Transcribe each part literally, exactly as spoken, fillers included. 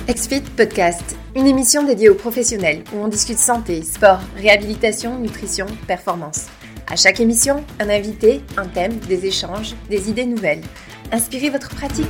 X-Fit Podcast, une émission dédiée aux professionnels où on discute santé, sport, réhabilitation, nutrition, performance. À chaque émission, un invité, un thème, des échanges, des idées nouvelles. Inspirez votre pratique.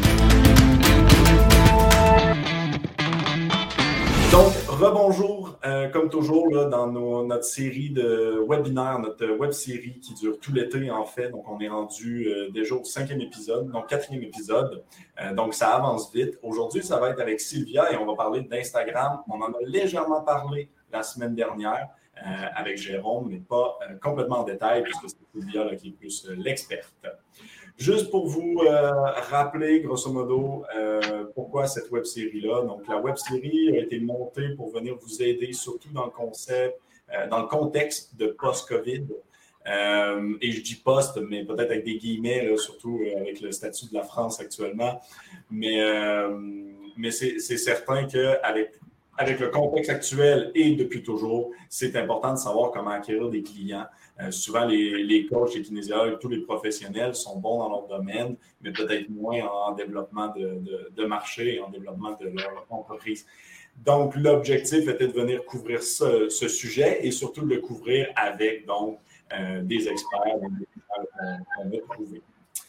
Donc, rebonjour, euh, comme toujours, là, dans nos, notre série de webinaires, notre web-série qui dure tout l'été, en fait. Donc, on est rendu euh, déjà au cinquième épisode, donc quatrième épisode. Euh, donc, ça avance vite. Aujourd'hui, ça va être avec Sylvia et on va parler d'Instagram. On en a légèrement parlé la semaine dernière euh, avec Jérôme, mais pas euh, complètement en détail, puisque c'est Sylvia là, qui est plus euh, l'experte. Juste pour vous euh, rappeler, grosso modo, euh, pourquoi cette web-série-là. Donc, la web-série a été montée pour venir vous aider, surtout dans le concept, euh, dans le contexte de post-COVID. Euh, et je dis post, mais peut-être avec des guillemets, là, surtout avec le statut de la France actuellement. Mais, euh, mais c'est, c'est certain qu'avec avec le contexte actuel et depuis toujours, c'est important de savoir comment acquérir des clients. Euh, souvent, les, les coachs, les kinésiologues, tous les professionnels sont bons dans leur domaine, mais peut-être moins en développement de, de, de marché et en développement de leur entreprise. Donc, l'objectif était de venir couvrir ce, ce sujet et surtout de le couvrir avec donc, euh, des experts, des experts qu'on a trouvés.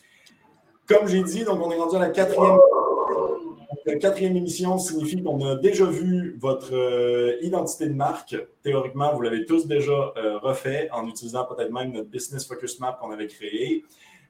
Comme j'ai dit, donc on est rendu à la quatrième. La quatrième émission signifie qu'on a déjà vu votre euh, identité de marque. Théoriquement, vous l'avez tous déjà euh, refait en utilisant peut-être même notre Business Focus Map qu'on avait créé.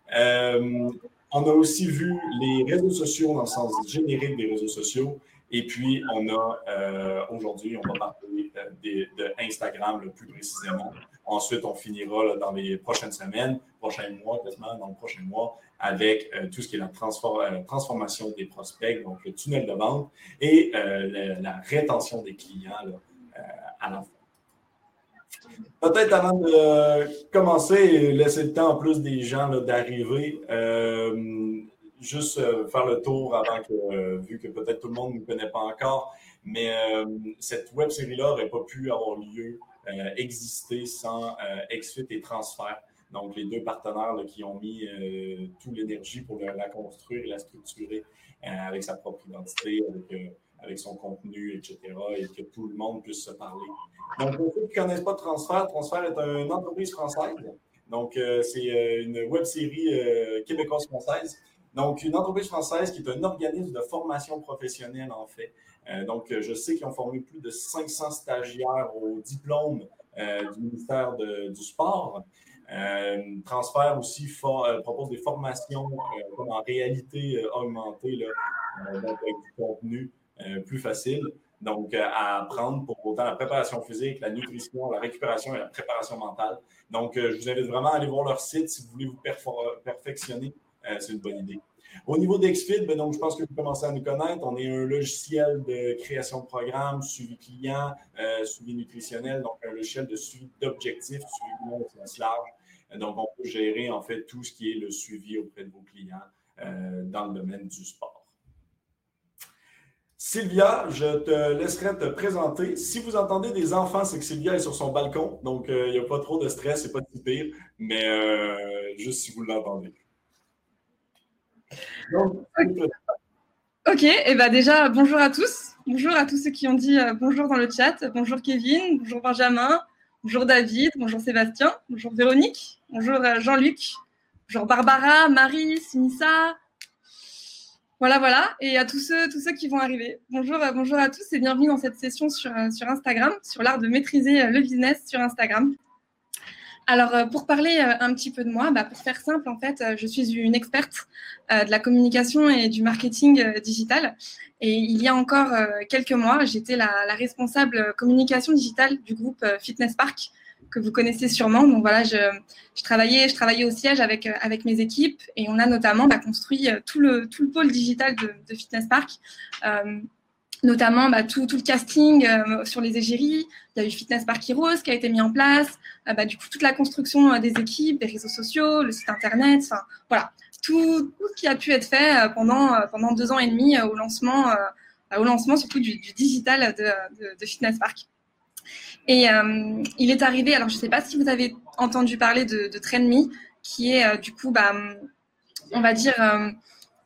Euh, on a aussi vu les réseaux sociaux dans le sens générique des réseaux sociaux. Et puis, on a euh, aujourd'hui, on va parler euh, des, de Instagram le plus précisément. Ensuite, on finira là, dans les prochaines semaines, prochains mois, quasiment dans le prochain mois, avec euh, tout ce qui est la transfor- euh, transformation des prospects, donc le tunnel de vente et euh, la, la rétention des clients là, euh, à la fin. Peut-être avant de commencer et laisser le temps en plus des gens là, d'arriver, euh, juste euh, faire le tour avant que, euh, vu que peut-être tout le monde ne nous connaît pas encore, mais euh, cette web-série-là n'aurait pas pu avoir lieu, euh, exister sans euh, X-Fit et Transfert. Donc, les deux partenaires là, qui ont mis euh, toute l'énergie pour le, la construire et la structurer euh, avec sa propre identité, avec, euh, avec son contenu, et cetera, et que tout le monde puisse se parler. Donc, pour ceux qui ne connaissent pas Transfert, Transfert est une entreprise française. Donc, euh, c'est euh, une web-série euh, québécoise-française. Donc, une entreprise française qui est un organisme de formation professionnelle, en fait. Euh, donc, je sais qu'ils ont formé plus de cinq cents stagiaires au diplôme euh, du ministère de, du Sport. Euh, Transfert aussi for, euh, propose des formations euh, comme en réalité euh, augmentée, là, euh, donc avec du contenu euh, plus facile. Donc, euh, à apprendre pour autant la préparation physique, la nutrition, la récupération et la préparation mentale. Donc, euh, je vous invite vraiment à aller voir leur site si vous voulez vous perfor- perfectionner. Euh, c'est une bonne idée. Au niveau d'X-Fit, ben donc, je pense que vous commencez à nous connaître. On est un logiciel de création de programmes, suivi client, euh, suivi nutritionnel, donc un logiciel de suivi d'objectifs, suivi long au sens large. Donc, on peut gérer en fait tout ce qui est le suivi auprès de vos clients euh, dans le domaine du sport. Sylvia, je te laisserai te présenter. Si vous entendez des enfants, c'est que Sylvia est sur son balcon, donc il euh, n'y a pas trop de stress, c'est pas si pire, mais euh, juste si vous l'entendez. Donc, ok, et bah déjà, bonjour à tous. Bonjour à tous ceux qui ont dit euh, bonjour dans le chat. Bonjour Kevin, bonjour Benjamin, bonjour David, bonjour Sébastien, bonjour Véronique, bonjour euh, Jean-Luc, bonjour Barbara, Marie, Sinissa. Voilà, voilà. Et à tous ceux, tous ceux qui vont arriver. Bonjour, euh, bonjour à tous et bienvenue dans cette session sur, euh, sur Instagram, sur l'art de maîtriser euh, le business sur Instagram. Alors, pour parler un petit peu de moi, bah, pour faire simple, en fait, je suis une experte euh, de la communication et du marketing euh, digital. Et il y a encore euh, quelques mois, j'étais la, la responsable communication digitale du groupe euh, Fitness Park, que vous connaissez sûrement. Donc voilà, je, je, travaillais, je travaillais au siège avec, avec mes équipes et on a notamment bah, construit tout le, tout le pôle digital de, de Fitness Park. Euh, Notamment bah, tout, tout le casting euh, sur les égéries. Il y a eu Fitness Park Heroes qui a été mis en place. Euh, bah, du coup, toute la construction euh, des équipes, des réseaux sociaux, le site internet. Enfin, voilà, tout, tout ce qui a pu être fait euh, pendant, euh, pendant deux ans et demi euh, au lancement, euh, au lancement surtout du, du digital de, de, de Fitness Park. Et euh, il est arrivé, alors je ne sais pas si vous avez entendu parler de, de TrendMe, qui est euh, du coup, bah, on va dire... Euh,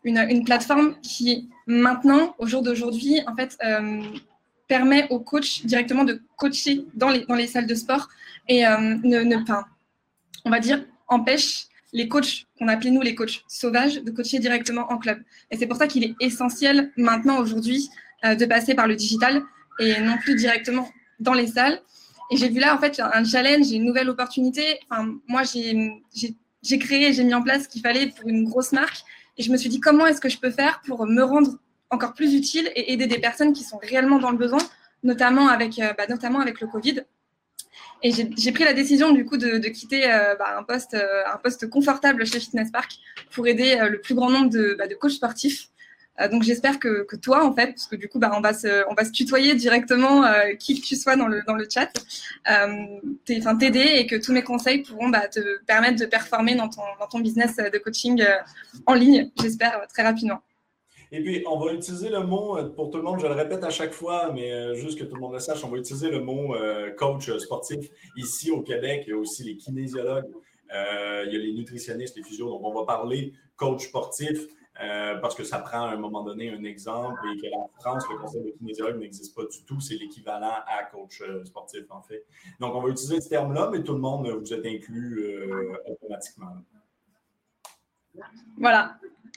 une, une plateforme qui, maintenant, au jour d'aujourd'hui, en fait, euh, permet aux coachs directement de coacher dans les, dans les salles de sport et euh, ne, ne pas, on va dire, empêche les coachs, qu'on appelait nous les coachs sauvages, de coacher directement en club. Et c'est pour ça qu'il est essentiel maintenant, aujourd'hui, euh, de passer par le digital et non plus directement dans les salles. Et j'ai vu là, en fait, un challenge, une nouvelle opportunité. Enfin, moi, j'ai, j'ai, j'ai créé, j'ai mis en place ce qu'il fallait pour une grosse marque. Et je me suis dit, comment est-ce que je peux faire pour me rendre encore plus utile et aider des personnes qui sont réellement dans le besoin, notamment avec, euh, bah, notamment avec le Covid. Et j'ai, j'ai pris la décision, du coup, de, de quitter euh, bah, un, poste, euh, un poste confortable chez Fitness Park pour aider euh, le plus grand nombre de, bah, de coachs sportifs. Euh, donc, j'espère que, que toi, en fait, parce que du coup, bah, on, va se, on va se tutoyer directement, euh, qui que tu sois dans le, dans le chat, euh, t'es, t'aider et que tous mes conseils pourront bah, te permettre de performer dans ton, dans ton business de coaching euh, en ligne, j'espère, euh, très rapidement. Et puis, on va utiliser le mot, pour tout le monde, je le répète à chaque fois, mais euh, juste que tout le monde le sache, on va utiliser le mot euh, coach sportif. Ici, au Québec, il y a aussi les kinésiologues, euh, il y a les nutritionnistes, les physios. Donc, on va parler coach sportif euh, parce que ça prend à un moment donné un exemple et qu'en France, le concept de kinésiologue n'existe pas du tout. C'est l'équivalent à coach euh, sportif, en fait. Donc, on va utiliser ce terme-là, mais tout le monde, vous êtes inclus euh, automatiquement. Voilà.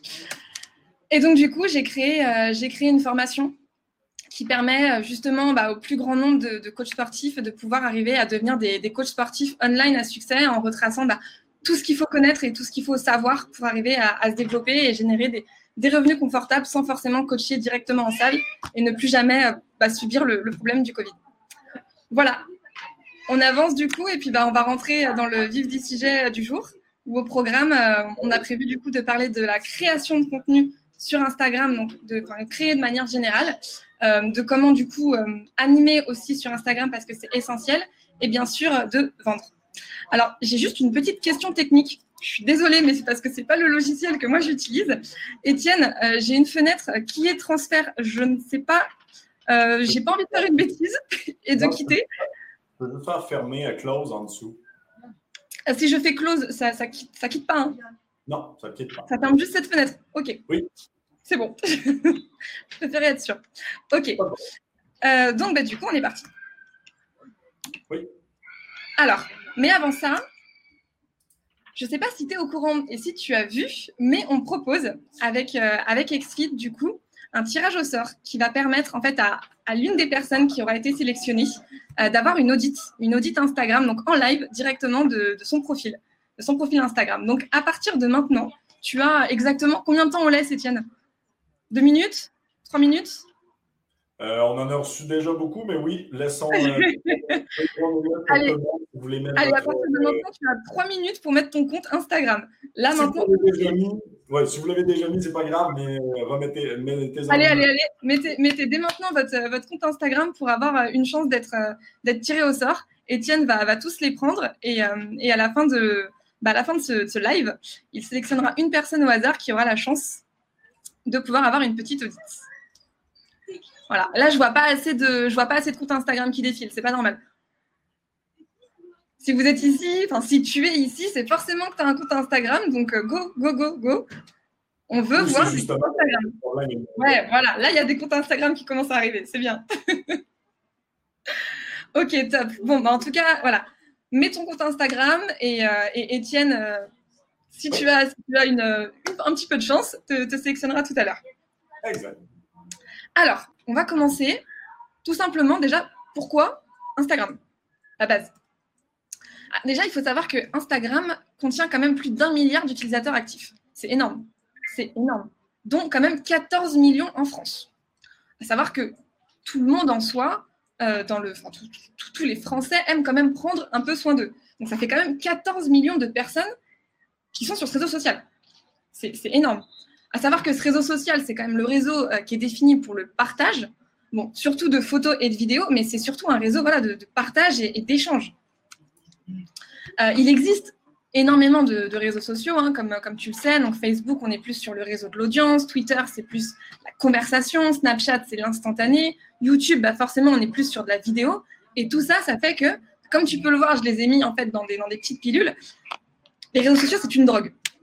Et donc, du coup, j'ai créé, euh, j'ai créé une formation qui permet justement bah, au plus grand nombre de, de coachs sportifs de pouvoir arriver à devenir des, des coachs sportifs online à succès en retraçant bah, tout ce qu'il faut connaître et tout ce qu'il faut savoir pour arriver à, à se développer et générer des, des revenus confortables sans forcément coacher directement en salle et ne plus jamais euh, bah, subir le, le problème du Covid. Voilà. On avance du coup et puis bah, on va rentrer dans le vif du sujet du jour où au programme, euh, on a prévu du coup de parler de la création de contenu sur Instagram, donc de enfin, créer de manière générale, euh, de comment du coup euh, animer aussi sur Instagram parce que c'est essentiel, et bien sûr de vendre. Alors, j'ai juste une petite question technique. Je suis désolée, mais c'est parce que c'est pas le logiciel que moi j'utilise. Étienne, euh, j'ai une fenêtre qui est transfert. Je ne sais pas, euh, j'ai pas envie de faire une bêtise et de quitter. Je peux faire fermer à close en dessous. Si je fais close, ça, ça quitte, ça quitte pas. Hein. Non, ça ne quitte pas. Ça ferme juste cette fenêtre. OK. Oui. C'est bon. Je préférais être sûre. OK. Euh, donc, bah, du coup, on est parti. Oui. Alors, mais avant ça, je ne sais pas si tu es au courant et si tu as vu, mais on propose avec, euh, avec XFit, du coup, un tirage au sort qui va permettre en fait à, à l'une des personnes qui aura été sélectionnée euh, d'avoir une audit, une audit Instagram, donc en live directement de, de son profil. de son profil Instagram. Donc, à partir de maintenant, tu as exactement combien de temps on laisse, Étienne? Deux minutes? Trois minutes? euh, On en a reçu déjà beaucoup, mais oui, laissons... Euh, allez, vous voulez mettre allez votre, à partir de maintenant, tu as trois minutes pour mettre ton compte Instagram. Là, si maintenant... Vous déjà mis, ouais, si vous l'avez déjà mis, c'est pas grave, mais remettez... mettez-en allez, allez, allez, mettez, mettez dès maintenant votre, votre compte Instagram pour avoir une chance d'être, d'être tiré au sort. Étienne va, va tous les prendre et, euh, et à la fin de... Bah, à la fin de ce, de ce live, il sélectionnera une personne au hasard qui aura la chance de pouvoir avoir une petite audit. Voilà. Là, je vois pas assez de, je vois pas assez de comptes Instagram qui défilent. C'est pas normal. Si vous êtes ici, enfin si tu es ici, c'est forcément que tu as un compte Instagram. Donc go, go, go, go. On veut oui, voir des comptes Instagram. Ouais, voilà. Là, il y a des comptes Instagram qui commencent à arriver. C'est bien. Ok, top. Bon, bah, en tout cas, voilà. Mets ton compte Instagram et, euh, et Étienne, euh, si tu as, si tu as une, une, un petit peu de chance, te, te sélectionnera tout à l'heure. Exact. Alors, on va commencer tout simplement déjà, pourquoi Instagram? La base. Ah, déjà, il faut savoir que Instagram contient quand même plus d'un milliard d'utilisateurs actifs. C'est énorme. C'est énorme. Dont quand même quatorze millions en France. À savoir que tout le monde en soi... Euh, dans le, enfin, tout, tout, tous les Français aiment quand même prendre un peu soin d'eux. Donc, ça fait quand même quatorze millions de personnes qui sont sur ce réseau social. C'est, c'est énorme. À savoir que ce réseau social, c'est quand même le réseau euh, qui est défini pour le partage, bon, surtout de photos et de vidéos, mais c'est surtout un réseau voilà, de, de partage et, et d'échange. Euh, il existe énormément de, de réseaux sociaux, hein, comme, comme tu le sais. Donc, Facebook, on est plus sur le réseau de l'audience. Twitter, c'est plus la conversation. Snapchat, c'est l'instantané. YouTube, bah forcément, on est plus sur de la vidéo. Et tout ça, ça fait que, comme tu peux le voir, je les ai mis en fait dans des, dans des petites pilules. Les réseaux sociaux, c'est une drogue.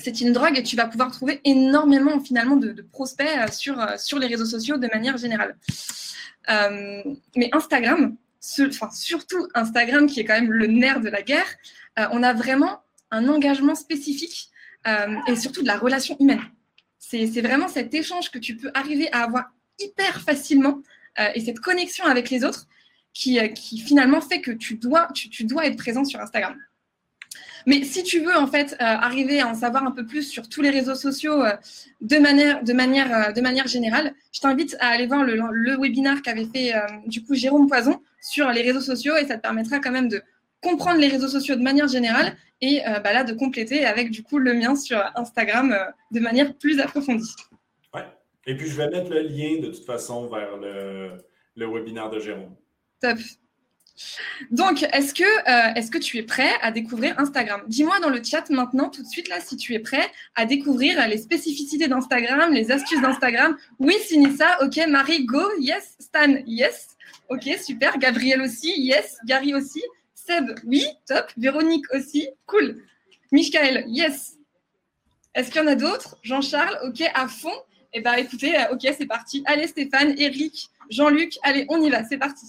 c'est une drogue et tu vas pouvoir trouver énormément finalement de, de prospects sur, sur les réseaux sociaux de manière générale. Euh, mais Instagram, ce, enfin, surtout Instagram qui est quand même le nerf de la guerre, euh, on a vraiment un engagement spécifique euh, et surtout de la relation humaine. C'est, c'est vraiment cet échange que tu peux arriver à avoir hyper facilement euh, et cette connexion avec les autres qui, euh, qui finalement fait que tu dois, tu, tu dois être présent sur Instagram. Mais si tu veux en fait euh, arriver à en savoir un peu plus sur tous les réseaux sociaux euh, de manière, de manière, euh, de manière générale, je t'invite à aller voir le, le webinaire qu'avait fait euh, du coup Jérôme Poison sur les réseaux sociaux et ça te permettra quand même de comprendre les réseaux sociaux de manière générale et euh, bah là de compléter avec du coup le mien sur Instagram euh, de manière plus approfondie. Ouais. Et puis je vais mettre le lien de toute façon vers le, le webinaire de Jérôme. Top. Donc, est-ce que, euh, est-ce que tu es prêt à découvrir Instagram? Dis-moi dans le chat maintenant, tout de suite, là, si tu es prêt à découvrir les spécificités d'Instagram, les astuces d'Instagram. Oui, Sinissa, ok. Marie, go, yes. Stan, yes. Ok, super. Gabriel aussi, yes. Gary aussi. Seb, oui, top. Véronique aussi, cool. Michael, yes. Est-ce qu'il y en a d'autres? Jean-Charles, ok, à fond. Eh bien, écoutez, ok, c'est parti. Allez, Stéphane, Eric, Jean-Luc, allez, on y va, c'est parti.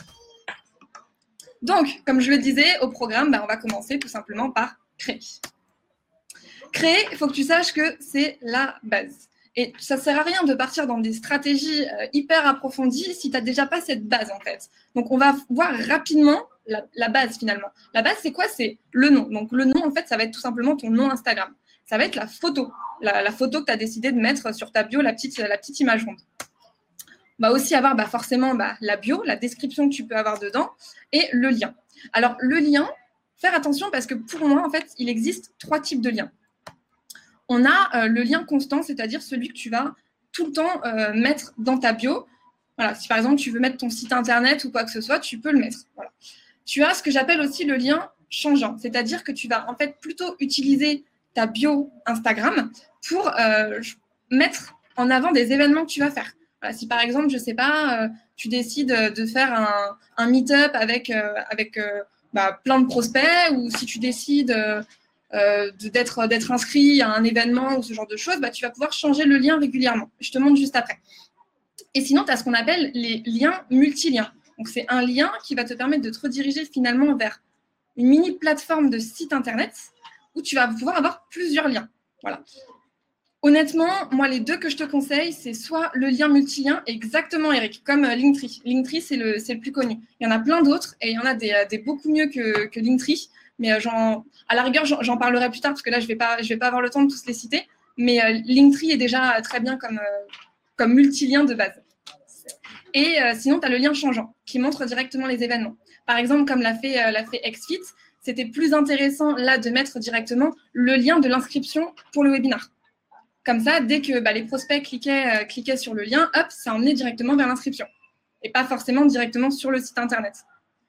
Donc, comme je le disais, au programme, bah, on va commencer tout simplement par créer. Créer, il faut que tu saches que c'est la base. Et ça ne sert à rien de partir dans des stratégies euh, hyper approfondies si tu n'as déjà pas cette base, en fait. Donc, on va voir rapidement la, la base, finalement. La base, c'est quoi? C'est le nom. Donc, le nom, en fait, ça va être tout simplement ton nom Instagram. Ça va être la photo. La, la photo que tu as décidé de mettre sur ta bio, la petite, la petite image ronde. On va aussi avoir bah, forcément bah, la bio, la description que tu peux avoir dedans et le lien. Alors, le lien, faire attention parce que pour moi, en fait, il existe trois types de liens. On a euh, le lien constant, c'est-à-dire celui que tu vas tout le temps euh, mettre dans ta bio. Voilà, si par exemple, tu veux mettre ton site internet ou quoi que ce soit, tu peux le mettre. Voilà. Tu as ce que j'appelle aussi le lien changeant, c'est-à-dire que tu vas en fait plutôt utiliser ta bio Instagram pour euh, mettre en avant des événements que tu vas faire. Voilà, si par exemple, je ne sais pas, euh, tu décides de faire un, un meet-up avec, euh, avec euh, bah, plein de prospects ou si tu décides euh, euh, d'être, d'être inscrit à un événement ou ce genre de choses, bah, tu vas pouvoir changer le lien régulièrement. Je te montre juste après. Et sinon, tu as ce qu'on appelle les liens multiliens. Donc, c'est un lien qui va te permettre de te rediriger finalement vers une mini plateforme de site internet où tu vas pouvoir avoir plusieurs liens. Voilà. Honnêtement, moi, les deux que je te conseille, c'est soit le lien multilien, exactement, Eric, comme euh, Linktree. Linktree, c'est le, c'est le plus connu. Il y en a plein d'autres et il y en a des, des beaucoup mieux que, que Linktree. Mais euh, j'en, à la rigueur, j'en, j'en parlerai plus tard parce que là, je ne vais pas, je vais pas avoir le temps de tous les citer. Mais euh, Linktree est déjà très bien comme, euh, comme multilien de base. Et euh, sinon, tu as le lien changeant qui montre directement les événements. Par exemple, comme l'a fait, euh, l'a fait XFit, c'était plus intéressant là de mettre directement le lien de l'inscription pour le webinaire. Comme ça, dès que bah, les prospects cliquaient, euh, cliquaient sur le lien, hop, ça emmenait directement vers l'inscription. Et pas forcément directement sur le site internet.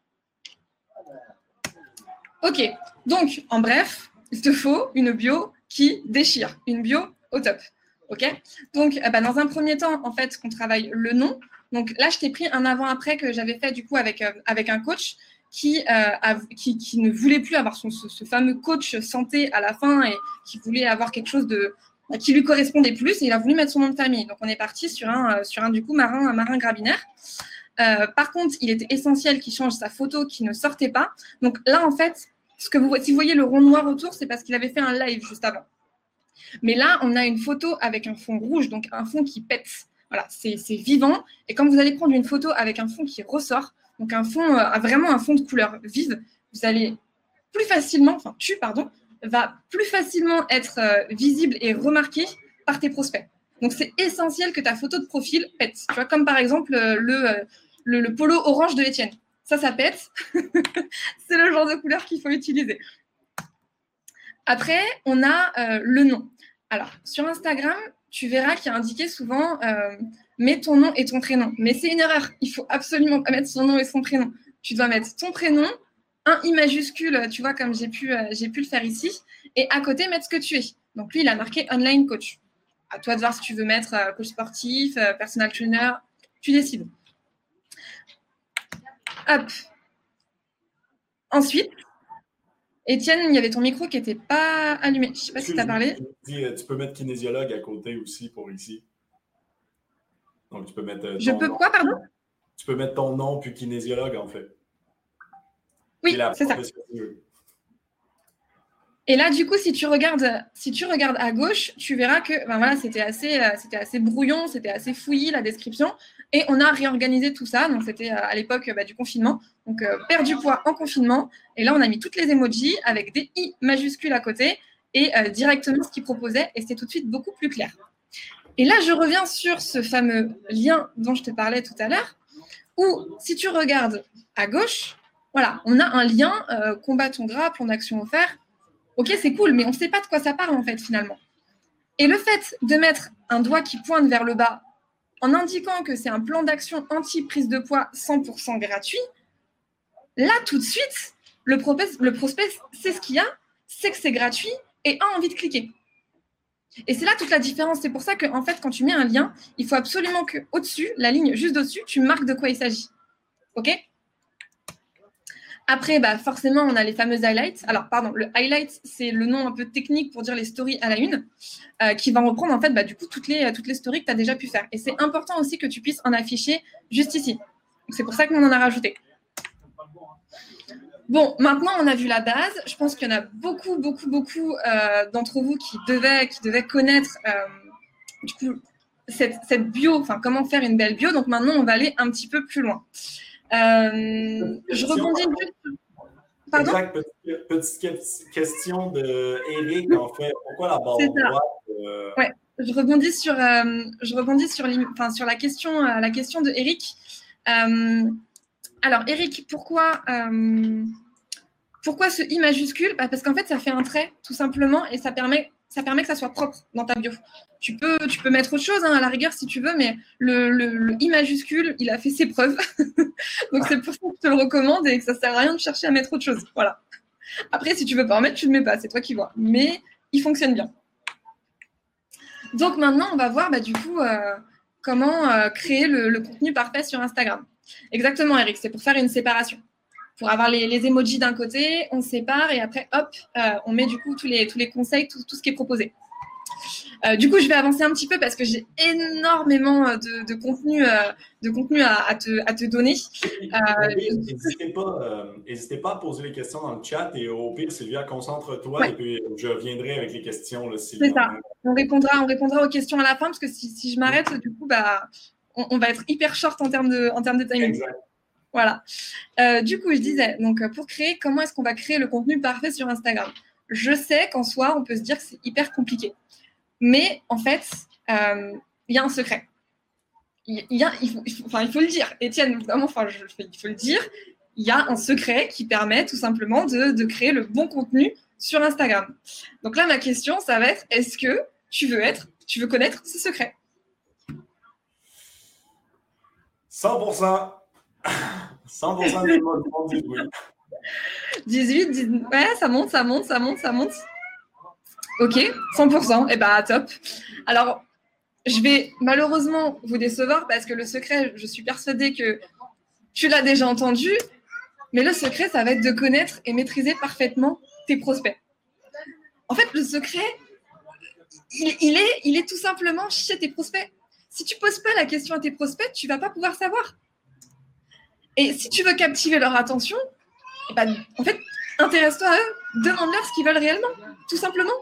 Ok, donc en bref, il te faut une bio qui déchire, une bio au top. Ok, donc euh, bah, dans un premier temps, en fait, on travaille le nom. Donc là, je t'ai pris un avant-après que j'avais fait du coup avec, euh, avec un coach qui, euh, a, qui, qui ne voulait plus avoir son, ce, ce fameux coach santé à la fin et qui voulait avoir quelque chose de qui lui correspondait plus et il a voulu mettre son nom de famille. Donc, on est parti sur un, euh, sur un du coup, marin, un marin grabinaire. Euh, par contre, il était essentiel qu'il change sa photo qui ne sortait pas. Donc là, en fait, ce que vous, si vous voyez le rond noir autour, c'est parce qu'il avait fait un live juste avant. Mais là, on a une photo avec un fond rouge, donc un fond qui pète. Voilà, c'est, c'est vivant. Et quand vous allez prendre une photo avec un fond qui ressort, donc un fond, euh, vraiment un fond de couleur vive, vous allez plus facilement, enfin, tu, pardon, va plus facilement être euh, visible et remarqué par tes prospects. Donc, c'est essentiel que ta photo de profil pète. Tu vois, comme par exemple euh, le, euh, le, le polo orange de Étienne. Ça, ça pète. C'est le genre de couleur qu'il faut utiliser. Après, on a euh, le nom. Alors, sur Instagram, tu verras qu'il y a indiqué souvent euh, « mets ton nom et ton prénom ». Mais c'est une erreur. Il ne faut absolument pas mettre son nom et son prénom. Tu dois mettre ton prénom, un I majuscule, tu vois, comme j'ai pu, euh, j'ai pu le faire ici, et à côté, mettre ce que tu es. Donc, lui, il a marqué « online coach ». À toi de voir si tu veux mettre euh, coach sportif, euh, personal trainer, tu décides. Hop. Ensuite, Étienne, il y avait ton micro qui n'était pas allumé. Je ne sais pas si tu as parlé. Tu, tu peux mettre kinésiologue à côté aussi pour ici. Donc, tu peux mettre. Ton Je peux nom. quoi, pardon? Tu peux mettre ton nom puis kinésiologue, en fait. Oui, c'est ça. Et là, du coup, si tu regardes, si tu regardes à gauche, tu verras que ben voilà, c'était assez, euh, c'était assez brouillon, c'était assez fouillis, la description. Et on a réorganisé tout ça. Donc, c'était euh, à l'époque bah, du confinement. Donc, euh, perdre du poids en confinement. Et là, on a mis toutes les emojis avec des i majuscules à côté et euh, directement ce qu'ils proposaient. Et c'est tout de suite beaucoup plus clair. Et là, je reviens sur ce fameux lien dont je te parlais tout à l'heure, où si tu regardes à gauche, voilà, on a un lien euh, combat ton gras, plan d'action offert. Ok, c'est cool, mais on ne sait pas de quoi ça parle en fait finalement. Et le fait de mettre un doigt qui pointe vers le bas en indiquant que c'est un plan d'action anti-prise de poids cent pour cent gratuit, là tout de suite, le prospect, le prospect sait ce qu'il y a, sait que c'est gratuit et a envie de cliquer. Et c'est là toute la différence. C'est pour ça qu'en en fait, quand tu mets un lien, il faut absolument qu'au-dessus, la ligne juste au-dessus, tu marques de quoi il s'agit. Ok ? Après, bah, forcément, on a les fameuses highlights. Alors, pardon, le highlight, c'est le nom un peu technique pour dire les stories à la une, euh, qui va reprendre en fait, bah, du coup, toutes les, toutes les stories que tu as déjà pu faire. Et c'est important aussi que tu puisses en afficher juste ici. Donc, c'est pour ça qu'on en a rajouté. Bon, maintenant, on a vu la base. Je pense qu'il y en a beaucoup, beaucoup, beaucoup euh, d'entre vous qui devaient, qui devaient connaître euh, du coup, cette, cette bio, enfin, comment faire une belle bio. Donc, maintenant, on va aller un petit peu plus loin. Euh, je rebondis juste. Pardon? Exact. Petite, petite question de Eric, en fait. Pourquoi la barre droite? Euh... Ouais, je rebondis sur, euh, je rebondis sur, enfin, sur la question, euh, la question de Eric. Euh, alors, Eric, pourquoi, euh, pourquoi ce I majuscule? Bah, parce qu'en fait, ça fait un trait, tout simplement, et ça permet, ça permet que ça soit propre dans ta bio. Tu peux, tu peux mettre autre chose, hein, à la rigueur, si tu veux, mais le, le, le I majuscule, il a fait ses preuves. Donc, c'est pour ça que je te le recommande et que ça ne sert à rien de chercher à mettre autre chose. Voilà. Après, si tu ne veux pas en mettre, tu ne le mets pas. C'est toi qui vois. Mais il fonctionne bien. Donc, maintenant, on va voir, bah, du coup, euh, comment euh, créer le, le contenu parfait sur Instagram. Exactement, Eric. C'est pour faire une séparation. Pour avoir les, les emojis d'un côté, on sépare et après, hop, euh, on met du coup tous les, tous les conseils, tout, tout ce qui est proposé. Euh, du coup, je vais avancer un petit peu parce que j'ai énormément de, de contenu, euh, de contenu à, à, te, à te donner. Euh, N'hésitez pas, euh, pas à poser les questions dans le chat et au pire, Sylvia, concentre-toi ouais. et puis je reviendrai avec les questions. Là, C'est ça. On répondra, on répondra aux questions à la fin parce que si, si je m'arrête, du coup, bah, on, on va être hyper short en termes de, en termes de timing. Exact. Voilà. Euh, du coup, je disais, donc pour créer, comment est-ce qu'on va créer le contenu parfait sur Instagram? Je sais qu'en soi, on peut se dire que c'est hyper compliqué. Mais en fait, il euh, y a un secret. Il, y a, il, faut, il, faut, enfin, il faut le dire. Étienne, évidemment, enfin, je, il faut le dire. Il y a un secret qui permet tout simplement de, de créer le bon contenu sur Instagram. Donc là, ma question, ça va être, est-ce que tu veux être, tu veux connaître ce secret? cent pour cent. cent pour cent des mots disent oui. dix-huit, dix-neuf, ouais, ça monte, ça monte, ça monte, ça monte. Ok, cent pour cent, et eh bah top. Alors, je vais malheureusement vous décevoir parce que le secret, je suis persuadée que tu l'as déjà entendu, mais le secret, ça va être de connaître et maîtriser parfaitement tes prospects. En fait, le secret, il, il, est, il est tout simplement chez tes prospects. Si tu ne poses pas la question à tes prospects, tu ne vas pas pouvoir savoir. Et si tu veux captiver leur attention, eh ben, en fait, intéresse-toi à eux, demande-leur ce qu'ils veulent réellement, tout simplement.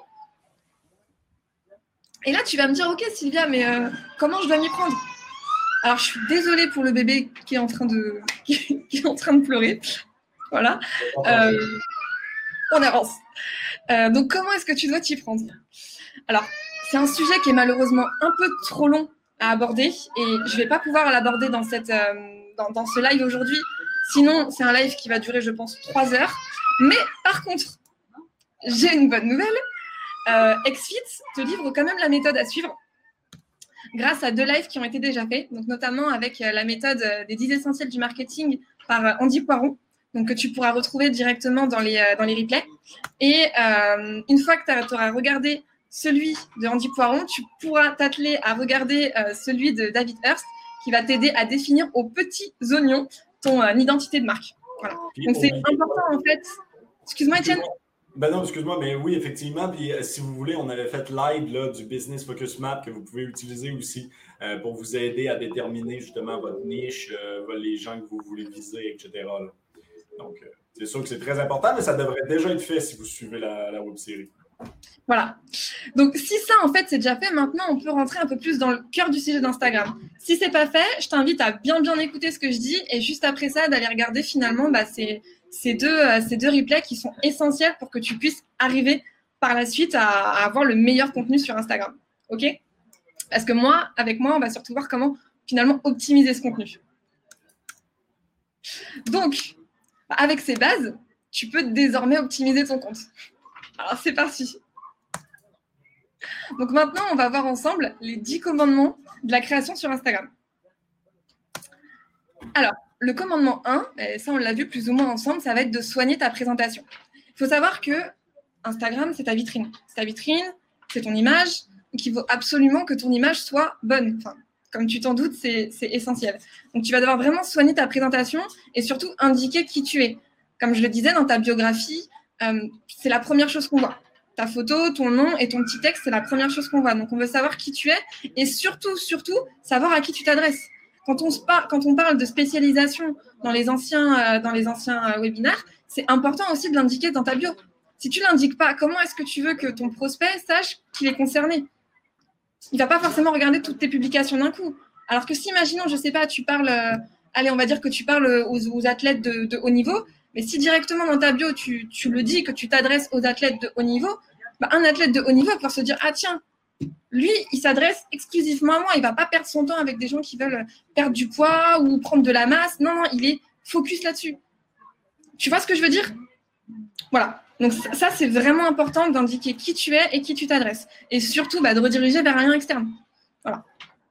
Et là, tu vas me dire, ok Sylvia, mais euh, comment je dois m'y prendre? Alors, je suis désolée pour le bébé qui est en train de, qui, qui est en train de pleurer. Voilà. Euh, on avance. Euh, donc, comment est-ce que tu dois t'y prendre? Alors, c'est un sujet qui est malheureusement un peu trop long à aborder et je ne vais pas pouvoir l'aborder dans, cette, euh, dans, dans ce live aujourd'hui. Sinon, c'est un live qui va durer, je pense, trois heures. Mais par contre, j'ai une bonne nouvelle. Euh, XFIT te livre quand même la méthode à suivre grâce à deux lives qui ont été déjà faits, donc notamment avec la méthode des dix essentiels du marketing par Andy Poiron, donc que tu pourras retrouver directement dans les, dans les replays. Et euh, une fois que tu auras regardé celui de Andy Poiron, tu pourras t'atteler à regarder euh, celui de David Hurst qui va t'aider à définir aux petits oignons ton euh, identité de marque. Voilà. Donc c'est important en fait. Excuse-moi Étienne. Ben non, excuse-moi, mais oui, effectivement. Puis euh, si vous voulez, on avait fait live là, du Business Focus Map que vous pouvez utiliser aussi euh, pour vous aider à déterminer justement votre niche, euh, les gens que vous voulez viser, et cetera. Là. Donc, euh, c'est sûr que c'est très important, mais ça devrait déjà être fait si vous suivez la, la web-série. Voilà. Donc, si ça, en fait, c'est déjà fait, maintenant, on peut rentrer un peu plus dans le cœur du sujet d'Instagram. Si c'est pas fait, je t'invite à bien, bien écouter ce que je dis et juste après ça, d'aller regarder finalement bah, ces, ces, deux, euh, ces deux replays qui sont essentiels pour que tu puisses arriver par la suite à, à avoir le meilleur contenu sur Instagram. OK ? Parce que moi, avec moi, on va surtout voir comment finalement optimiser ce contenu. Donc, bah, avec ces bases, tu peux désormais optimiser ton compte. Alors, c'est parti. Donc maintenant, on va voir ensemble les dix commandements de la création sur Instagram. Alors, le commandement un, et ça on l'a vu plus ou moins ensemble, ça va être de soigner ta présentation. Il faut savoir que Instagram, c'est ta vitrine. C'est ta vitrine, c'est ton image, donc il faut absolument que ton image soit bonne. Enfin, comme tu t'en doutes, c'est, c'est essentiel. Donc tu vas devoir vraiment soigner ta présentation et surtout indiquer qui tu es. Comme je le disais, dans ta biographie, euh, c'est la première chose qu'on voit. Ta photo, ton nom et ton petit texte, c'est la première chose qu'on voit. Donc, on veut savoir qui tu es et surtout, surtout, savoir à qui tu t'adresses. Quand on, se par- quand on parle de spécialisation dans les anciens, euh, dans les anciens euh, webinaires, c'est important aussi de l'indiquer dans ta bio. Si tu ne l'indiques pas, comment est-ce que tu veux que ton prospect sache qu'il est concerné ? Il ne va pas forcément regarder toutes tes publications d'un coup. Alors que si, imaginons, je ne sais pas, tu parles, euh, allez, on va dire que tu parles aux, aux athlètes de, de haut niveau, mais si directement dans ta bio, tu, tu le dis que tu t'adresses aux athlètes de haut niveau, bah, un athlète de haut niveau va pouvoir se dire « Ah tiens, lui, il s'adresse exclusivement à moi. Il ne va pas perdre son temps avec des gens qui veulent perdre du poids ou prendre de la masse. Non, non, il est focus là-dessus. » Tu vois ce que je veux dire ? Voilà. Donc ça, c'est vraiment important d'indiquer qui tu es et qui tu t'adresses. Et surtout, bah, de rediriger vers un lien externe. Voilà.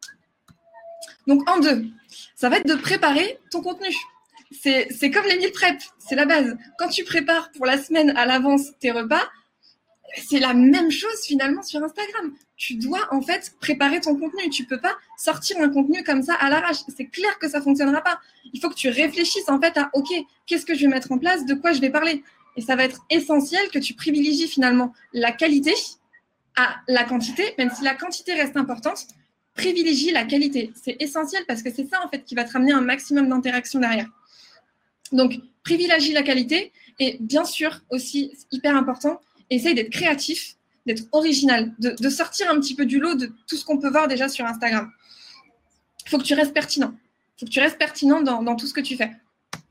Donc en deux, ça va être de préparer ton contenu. C'est, c'est comme les meal prep, c'est la base. Quand tu prépares pour la semaine à l'avance tes repas, c'est la même chose finalement sur Instagram. Tu dois en fait préparer ton contenu. Tu peux pas sortir un contenu comme ça à l'arrache. C'est clair que ça fonctionnera pas. Il faut que tu réfléchisses en fait à OK, qu'est-ce que je vais mettre en place, de quoi je vais parler. Et ça va être essentiel que tu privilégies finalement la qualité à la quantité, même si la quantité reste importante. Privilégie la qualité. C'est essentiel parce que c'est ça en fait qui va te ramener un maximum d'interaction derrière. Donc, privilégie la qualité et bien sûr aussi, c'est hyper important, essaye d'être créatif, d'être original, de, de sortir un petit peu du lot de tout ce qu'on peut voir déjà sur Instagram. Il faut que tu restes pertinent. Il faut que tu restes pertinent dans, dans tout ce que tu fais.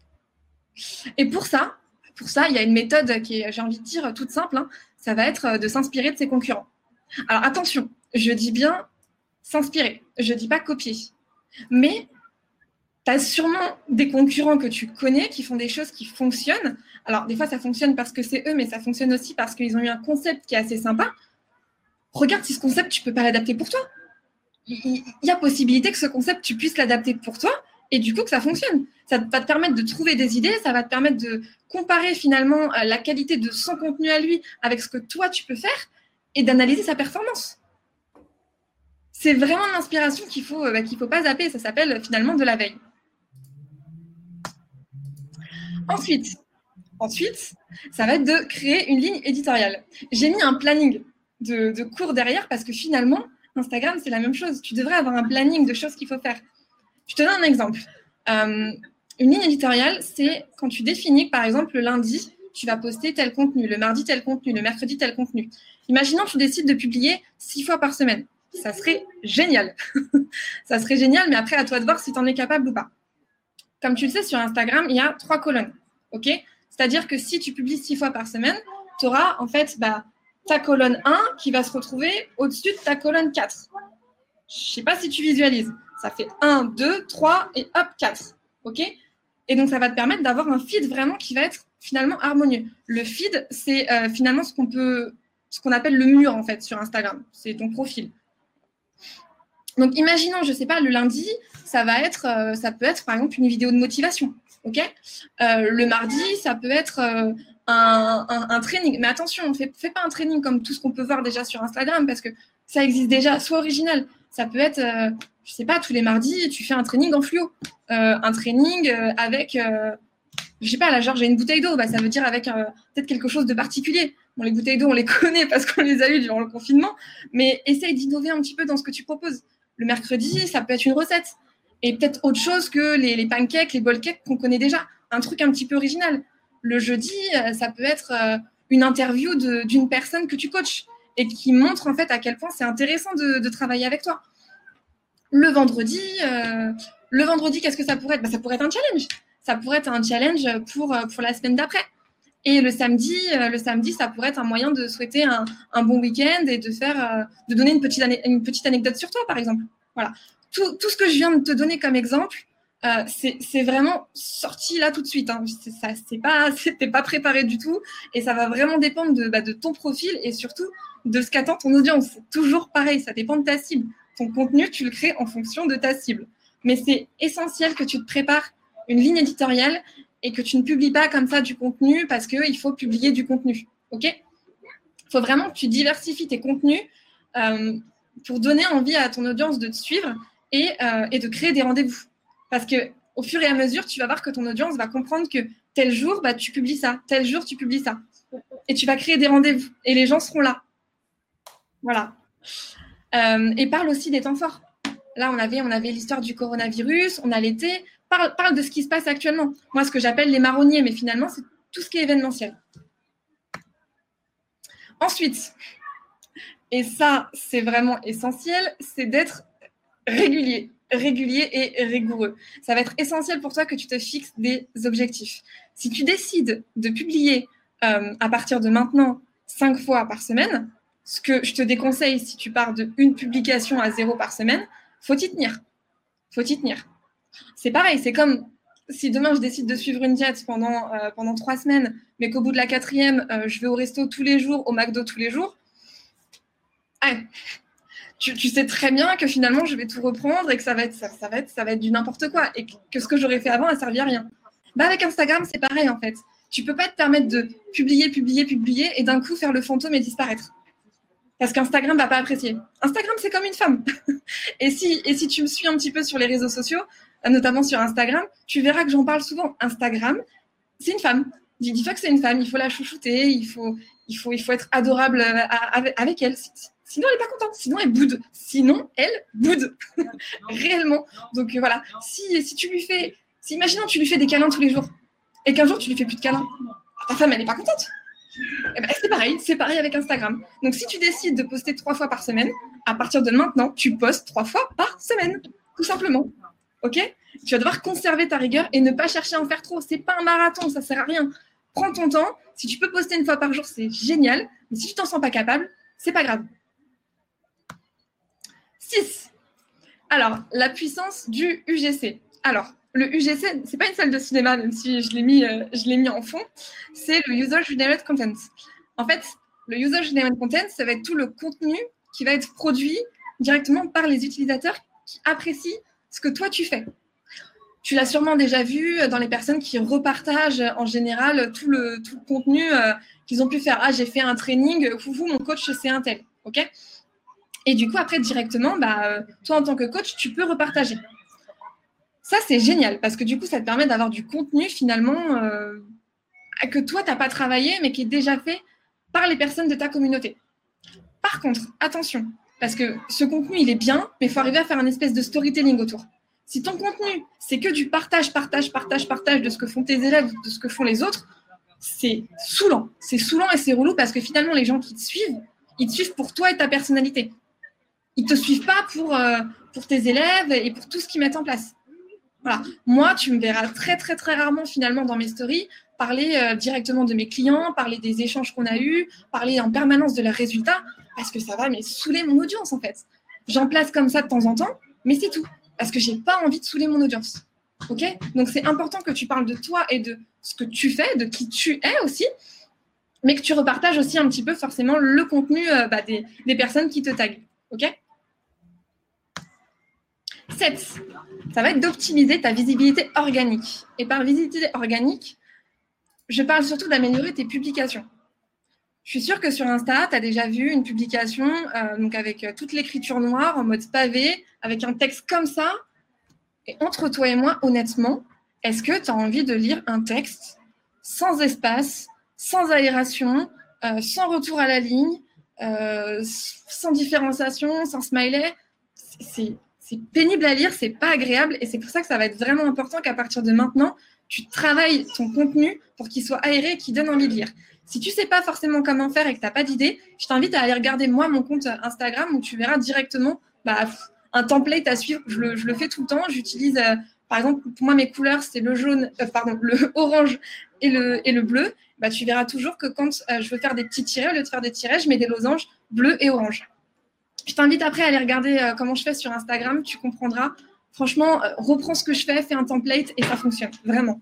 Et pour ça, pour ça, il y a une méthode qui est, j'ai envie de dire, toute simple. Hein. Ça va être de s'inspirer de ses concurrents. Alors attention, je dis bien s'inspirer. Je ne dis pas copier. Mais tu as sûrement des concurrents que tu connais qui font des choses qui fonctionnent. Alors, des fois, ça fonctionne parce que c'est eux, mais ça fonctionne aussi parce qu'ils ont eu un concept qui est assez sympa. Regarde si ce concept, tu ne peux pas l'adapter pour toi. Il y a possibilité que ce concept, tu puisses l'adapter pour toi et du coup, que ça fonctionne. Ça va te permettre de trouver des idées, ça va te permettre de comparer finalement la qualité de son contenu à lui avec ce que toi, tu peux faire et d'analyser sa performance. C'est vraiment l'inspiration qu'il faut, bah, qu'il faut pas zapper. Ça s'appelle finalement de la veille. Ensuite, ensuite, ça va être de créer une ligne éditoriale. J'ai mis un planning de, de cours derrière parce que finalement, Instagram, c'est la même chose. Tu devrais avoir un planning de choses qu'il faut faire. Je te donne un exemple. Euh, une ligne éditoriale, c'est quand tu définis que, par exemple, le lundi, tu vas poster tel contenu, le mardi, tel contenu, le mercredi, tel contenu. Imaginons que tu décides de publier six fois par semaine. Ça serait génial. Ça serait génial, mais après, à toi de voir si tu en es capable ou pas. Comme tu le sais, sur Instagram, il y a trois colonnes. Ok ? C'est-à-dire que si tu publies six fois par semaine, tu auras en fait bah, ta colonne un qui va se retrouver au-dessus de ta colonne quatre. Je ne sais pas si tu visualises. Ça fait un, deux, trois et hop, quatre. Ok ? Et donc, ça va te permettre d'avoir un feed vraiment qui va être finalement harmonieux. Le feed, c'est euh, finalement ce qu'on peut, ce qu'on appelle le mur en fait sur Instagram. C'est ton profil. Donc, imaginons, je ne sais pas, le lundi, ça va être, euh, ça peut être par exemple une vidéo de motivation. Ok ? Euh, le mardi, ça peut être euh, un, un, un training. Mais attention, ne fais, fais pas un training comme tout ce qu'on peut voir déjà sur Instagram parce que ça existe déjà. Sois original. Ça peut être, euh, je ne sais pas, tous les mardis, tu fais un training en fluo. Euh, un training euh, avec, euh, je ne sais pas, là, genre j'ai une bouteille d'eau. Bah, ça veut dire avec euh, peut-être quelque chose de particulier. Bon, les bouteilles d'eau, on les connaît parce qu'on les a eues durant le confinement, mais essaye d'innover un petit peu dans ce que tu proposes. Le mercredi, ça peut être une recette. Et peut-être autre chose que les, les pancakes, les bowl cakes qu'on connaît déjà. Un truc un petit peu original. Le jeudi, ça peut être une interview de, d'une personne que tu coaches et qui montre en fait à quel point c'est intéressant de, de travailler avec toi. Le vendredi, euh, le vendredi, qu'est-ce que ça pourrait être ? Ben, ça pourrait être un challenge. Ça pourrait être un challenge pour, pour la semaine d'après. Et le samedi, euh, le samedi, ça pourrait être un moyen de souhaiter un, un bon week-end et de faire, euh, de donner une petite, ane- une petite anecdote sur toi, par exemple. Voilà. Tout, tout ce que je viens de te donner comme exemple, euh, c'est, c'est vraiment sorti là tout de suite. Hein. C'est, ça, c'est pas, c'était pas préparé du tout, et ça va vraiment dépendre de, bah, de ton profil et surtout de ce qu'attend ton audience. C'est toujours pareil, ça dépend de ta cible. Ton contenu, tu le crées en fonction de ta cible. Mais c'est essentiel que tu te prépares une ligne éditoriale et que tu ne publies pas comme ça du contenu parce qu'il faut publier du contenu. OK ? Il faut vraiment que tu diversifies tes contenus euh, pour donner envie à ton audience de te suivre et, euh, et de créer des rendez-vous. Parce qu'au fur et à mesure, tu vas voir que ton audience va comprendre que tel jour, bah, tu publies ça, tel jour, tu publies ça. Et tu vas créer des rendez-vous et les gens seront là. Voilà. Euh, et parle aussi des temps forts. Là, on avait, on avait l'histoire du coronavirus, on a l'été. Parle, parle de ce qui se passe actuellement. Moi, ce que j'appelle les marronniers, mais finalement, c'est tout ce qui est événementiel. Ensuite, et ça, c'est vraiment essentiel, c'est d'être régulier, régulier et rigoureux. Ça va être essentiel pour toi que tu te fixes des objectifs. Si tu décides de publier euh, à partir de maintenant cinq fois par semaine, ce que je te déconseille si tu pars de une publication à zéro par semaine, faut y tenir. Faut y tenir. C'est pareil, c'est comme si demain je décide de suivre une diète pendant, euh, pendant trois semaines, mais qu'au bout de la quatrième, euh, je vais au resto tous les jours, au McDo tous les jours. Ah, tu, tu sais très bien que finalement je vais tout reprendre et que ça va être, ça, ça va être, ça va être du n'importe quoi et que ce que j'aurais fait avant, ça ne servait à rien. Bah, avec Instagram, c'est pareil en fait. Tu ne peux pas te permettre de publier, publier, publier et d'un coup faire le fantôme et disparaître. Parce qu'Instagram ne va pas apprécier. Instagram, c'est comme une femme. et, si, et si tu me suis un petit peu sur les réseaux sociaux, notamment sur Instagram, tu verras que j'en parle souvent. Instagram, c'est une femme. Dis-toi que c'est une femme, il faut la chouchouter, il faut, il faut, il faut être adorable avec elle. Sinon, elle n'est pas contente. Sinon, elle boude. Sinon, elle boude. Réellement. Donc, voilà. Si, si tu lui fais... Si, imaginons que tu lui fais des câlins tous les jours et qu'un jour, tu lui fais plus de câlins. Ta femme, elle n'est pas contente. Eh ben, c'est pareil, c'est pareil avec Instagram. Donc, si tu décides de poster trois fois par semaine, à partir de maintenant, tu postes trois fois par semaine, tout simplement. Ok ? Tu vas devoir conserver ta rigueur et ne pas chercher à en faire trop. C'est pas un marathon, ça sert à rien. Prends ton temps. Si tu peux poster une fois par jour, c'est génial. Mais si tu t'en sens pas capable, c'est pas grave. six. Alors, la puissance du U G C. Alors, le U G C, c'est pas une salle de cinéma, même si je l'ai mis, euh, je l'ai mis en fond. C'est le User Generated Content. En fait, le User Generated Content, ça va être tout le contenu qui va être produit directement par les utilisateurs qui apprécient ce que toi, tu fais. Tu l'as sûrement déjà vu dans les personnes qui repartagent en général tout le, tout le contenu euh, qu'ils ont pu faire. Ah, j'ai fait un training, foufou, mon coach, c'est un tel. OK ? Et du coup, après, directement, bah, toi, en tant que coach, tu peux repartager. Ça, c'est génial parce que du coup, ça te permet d'avoir du contenu finalement euh, que toi, tu n'as pas travaillé, mais qui est déjà fait par les personnes de ta communauté. Par contre, attention, parce que ce contenu, il est bien, mais il faut arriver à faire un espèce de storytelling autour. Si ton contenu, c'est que du partage, partage, partage, partage de ce que font tes élèves, de ce que font les autres, c'est saoulant. C'est saoulant et c'est relou parce que finalement, les gens qui te suivent, ils te suivent pour toi et ta personnalité. Ils ne te suivent pas pour, euh, pour tes élèves et pour tout ce qu'ils mettent en place. Voilà. Moi, tu me verras très, très, très rarement finalement dans mes stories parler euh, directement de mes clients, parler des échanges qu'on a eus, parler en permanence de leurs résultats, parce que ça va mais saouler mon audience en fait. J'en place comme ça de temps en temps, mais c'est tout, parce que je n'ai pas envie de saouler mon audience. Ok ? Donc, c'est important que tu parles de toi et de ce que tu fais, de qui tu es aussi, mais que tu repartages aussi un petit peu forcément le contenu euh, bah, des, des personnes qui te taguent. Ok ? sept. Ça va être d'optimiser ta visibilité organique. Et par visibilité organique, je parle surtout d'améliorer tes publications. Je suis sûre que sur Insta, tu as déjà vu une publication euh, donc avec euh, toute l'écriture noire en mode pavé, avec un texte comme ça. Et entre toi et moi, honnêtement, est-ce que tu as envie de lire un texte sans espace, sans aération, euh, sans retour à la ligne, euh, sans différenciation, sans smiley. C'est, c'est pénible à lire, c'est pas agréable et c'est pour ça que ça va être vraiment important qu'à partir de maintenant, tu travailles ton contenu pour qu'il soit aéré et qu'il donne envie de lire. Si tu sais pas forcément comment faire et que tu n'as pas d'idée, je t'invite à aller regarder moi mon compte Instagram où tu verras directement bah, un template à suivre. Je le, je le fais tout le temps. J'utilise, euh, par exemple, pour moi, mes couleurs, c'est le jaune, euh, pardon, le orange et le, et le bleu. Bah, tu verras toujours que quand euh, je veux faire des petits tirets, au lieu de faire des tirets, je mets des losanges bleus et orange. Je t'invite après à aller regarder euh, comment je fais sur Instagram. Tu comprendras. Franchement, euh, reprends ce que je fais, fais un template et ça fonctionne, vraiment.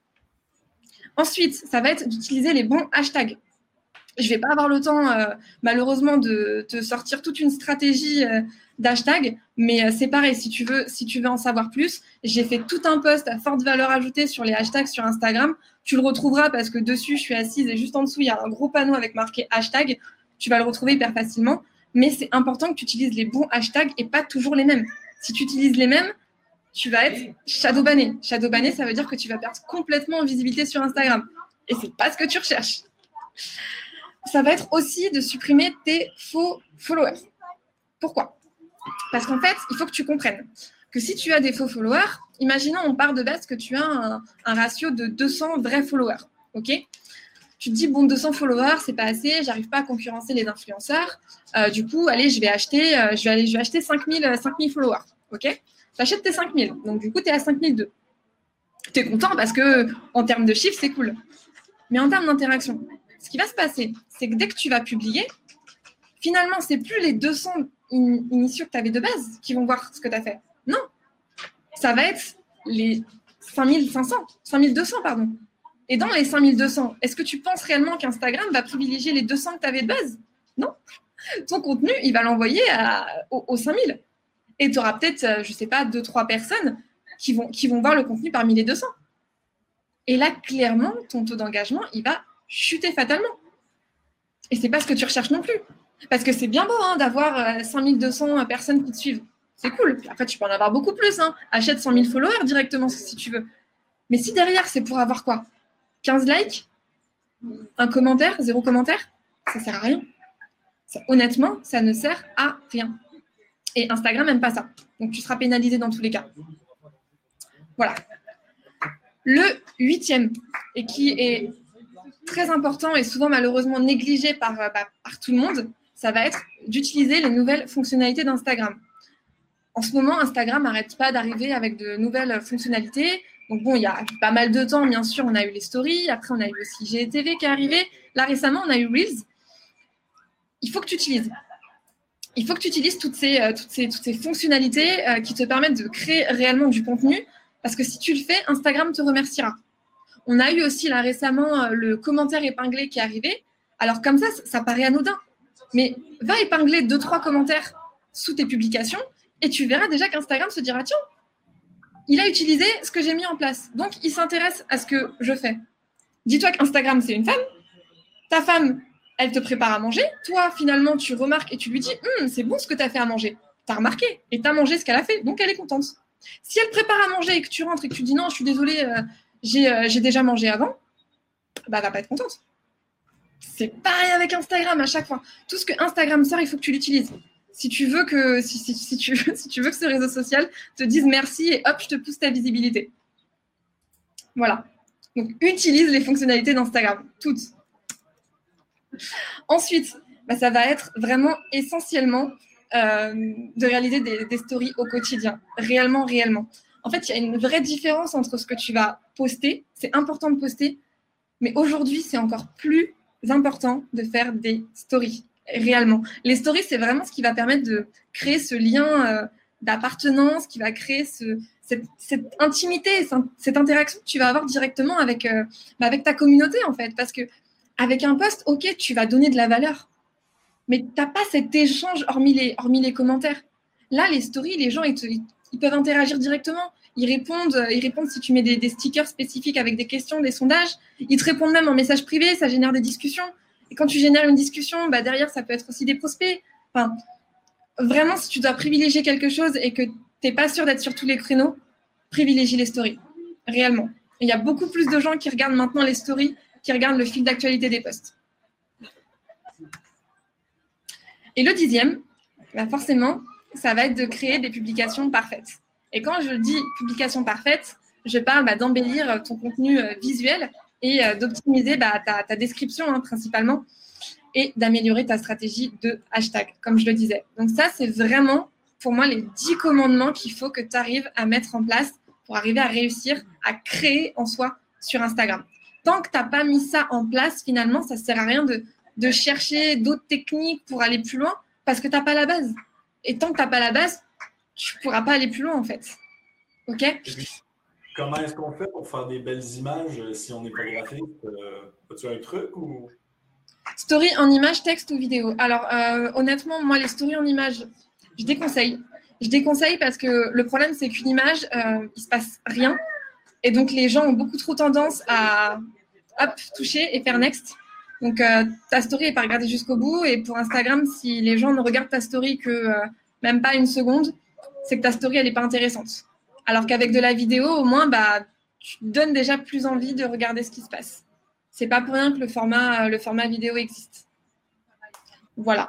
Ensuite, ça va être d'utiliser les bons hashtags. Je ne vais pas avoir le temps, euh, malheureusement, de te sortir toute une stratégie euh, d'hashtags, mais euh, c'est pareil, si tu veux, si tu veux en savoir plus, j'ai fait tout un post à forte valeur ajoutée sur les hashtags sur Instagram. Tu le retrouveras parce que dessus, je suis assise et juste en dessous, il y a un gros panneau avec marqué hashtag. Tu vas le retrouver hyper facilement, mais c'est important que tu utilises les bons hashtags et pas toujours les mêmes. Si tu utilises les mêmes, tu vas être shadowbanné. Shadowbanné, ça veut dire que tu vas perdre complètement en visibilité sur Instagram. Et c'est pas ce que tu recherches. Ça va être aussi de supprimer tes faux followers. Pourquoi ? Parce qu'en fait, il faut que tu comprennes que si tu as des faux followers, imaginons on part de base que tu as un, un ratio de deux cents vrais followers. Ok ? Tu te dis, bon, deux cents followers, c'est pas assez, j'arrive pas à concurrencer les influenceurs. Euh, du coup, allez, je vais acheter, euh, je vais aller, je vais acheter cinq mille followers. Ok ? Tu achètes tes cinq mille, donc du coup, tu es à cinq mille deux. Tu es content parce qu'en termes de chiffres, c'est cool. Mais en termes d'interaction, ce qui va se passer, c'est que dès que tu vas publier, finalement, ce n'est plus les deux cents in- initiaux que tu avais de base qui vont voir ce que tu as fait. Non, ça va être les cinq mille cinq cents, cinq mille deux cents, pardon. Et dans les cinq mille deux cents, est-ce que tu penses réellement qu'Instagram va privilégier les deux cents que tu avais de base ? Non. Ton contenu, il va l'envoyer à, aux, aux cinq mille. Et tu auras peut-être, je ne sais pas, deux, trois personnes qui vont, qui vont voir le contenu parmi les deux cents. Et là, clairement, ton taux d'engagement, il va chuter fatalement. Et ce n'est pas ce que tu recherches non plus. Parce que c'est bien beau hein, d'avoir cinq mille deux cents personnes qui te suivent. C'est cool. Puis après, tu peux en avoir beaucoup plus. Hein. Achète cent mille followers directement si tu veux. Mais si derrière, c'est pour avoir quoi ? quinze likes ? Un commentaire ? Zéro commentaire ? Ça ne sert à rien. Ça, honnêtement, ça ne sert à rien. Et Instagram n'aime pas ça. Donc, tu seras pénalisé dans tous les cas. Voilà. Le huitième, et qui est très important et souvent malheureusement négligé par, bah, par tout le monde, ça va être d'utiliser les nouvelles fonctionnalités d'Instagram. En ce moment, Instagram n'arrête pas d'arriver avec de nouvelles fonctionnalités. Donc bon, il y a pas mal de temps, bien sûr, on a eu les stories. Après, on a eu aussi G T V qui est arrivé. Là, récemment, on a eu Reels. Il faut que tu utilises. Il faut que tu utilises toutes ces, euh, toutes ces, toutes ces fonctionnalités euh, qui te permettent de créer réellement du contenu. Parce que si tu le fais, Instagram te remerciera. On a eu aussi là récemment euh, le commentaire épinglé qui est arrivé. Alors comme ça, ça, ça paraît anodin. Mais va épingler deux, trois commentaires sous tes publications et tu verras déjà qu'Instagram se dira « Tiens, il a utilisé ce que j'ai mis en place. Donc, il s'intéresse à ce que je fais. » Dis-toi qu'Instagram, c'est une femme. Ta femme, elle te prépare à manger. Toi, finalement, tu remarques et tu lui dis hm, « C'est bon ce que tu as fait à manger. » Tu as remarqué et tu as mangé ce qu'elle a fait. Donc, elle est contente. Si elle prépare à manger et que tu rentres et que tu dis « Non, je suis désolée, euh, j'ai, euh, j'ai déjà mangé avant », bah, elle va pas être contente. C'est pareil avec Instagram à chaque fois. Tout ce que Instagram sort, il faut que tu l'utilises. Si tu veux que, si, si, si tu, si tu veux que ce réseau social te dise merci et hop, je te pousse ta visibilité. Voilà. Donc, utilise les fonctionnalités d'Instagram, toutes. Ensuite, bah, ça va être vraiment essentiellement euh, de réaliser des, des stories au quotidien. Réellement, réellement. En fait, il y a une vraie différence entre ce que tu vas poster. C'est important de poster, mais aujourd'hui, c'est encore plus important de faire des stories. Réellement. Les stories, c'est vraiment ce qui va permettre de créer ce lien euh, d'appartenance, qui va créer ce, cette, cette intimité, cette interaction que tu vas avoir directement avec, euh, bah avec ta communauté, en fait. Parce que avec un post, ok, tu vas donner de la valeur, mais tu n'as pas cet échange hormis les, hormis les commentaires. Là, les stories, les gens, ils, te, ils, ils peuvent interagir directement. Ils répondent, ils répondent si tu mets des, des stickers spécifiques avec des questions, des sondages. Ils te répondent même en message privé, ça génère des discussions. Et quand tu génères une discussion, bah derrière, ça peut être aussi des prospects. Enfin, vraiment, si tu dois privilégier quelque chose et que tu n'es pas sûr d'être sur tous les créneaux, privilégie les stories, réellement. Et il y a beaucoup plus de gens qui regardent maintenant les stories, qui regardent le fil d'actualité des posts. Et le dixième, bah forcément, ça va être de créer des publications parfaites. Et quand je dis publication parfaite, je parle bah, d'embellir ton contenu euh, visuel et euh, d'optimiser bah, ta, ta description hein, principalement et d'améliorer ta stratégie de hashtag, comme je le disais. Donc ça, c'est vraiment, pour moi, les dix commandements qu'il faut que tu arrives à mettre en place pour arriver à réussir à créer en soi sur Instagram. Tant que tu n'as pas mis ça en place, finalement, ça ne sert à rien de, de chercher d'autres techniques pour aller plus loin parce que tu n'as pas la base. Et tant que tu n'as pas la base, tu ne pourras pas aller plus loin, en fait. OK ? Et puis, comment est-ce qu'on fait pour faire des belles images si on n'est pas graphiste? Euh, as-tu un truc ou... Story en image, texte ou vidéo. Alors, euh, honnêtement, moi, les stories en image, je déconseille. Je déconseille parce que le problème, c'est qu'une image, euh, il ne se passe rien. Et donc, les gens ont beaucoup trop tendance à hop, toucher et faire next. Donc, euh, ta story n'est pas regardée jusqu'au bout. Et pour Instagram, si les gens ne regardent ta story que euh, même pas une seconde, c'est que ta story, elle n'est pas intéressante. Alors qu'avec de la vidéo, au moins, bah, tu donnes déjà plus envie de regarder ce qui se passe. C'est pas pour rien que le format, le format vidéo existe. Voilà.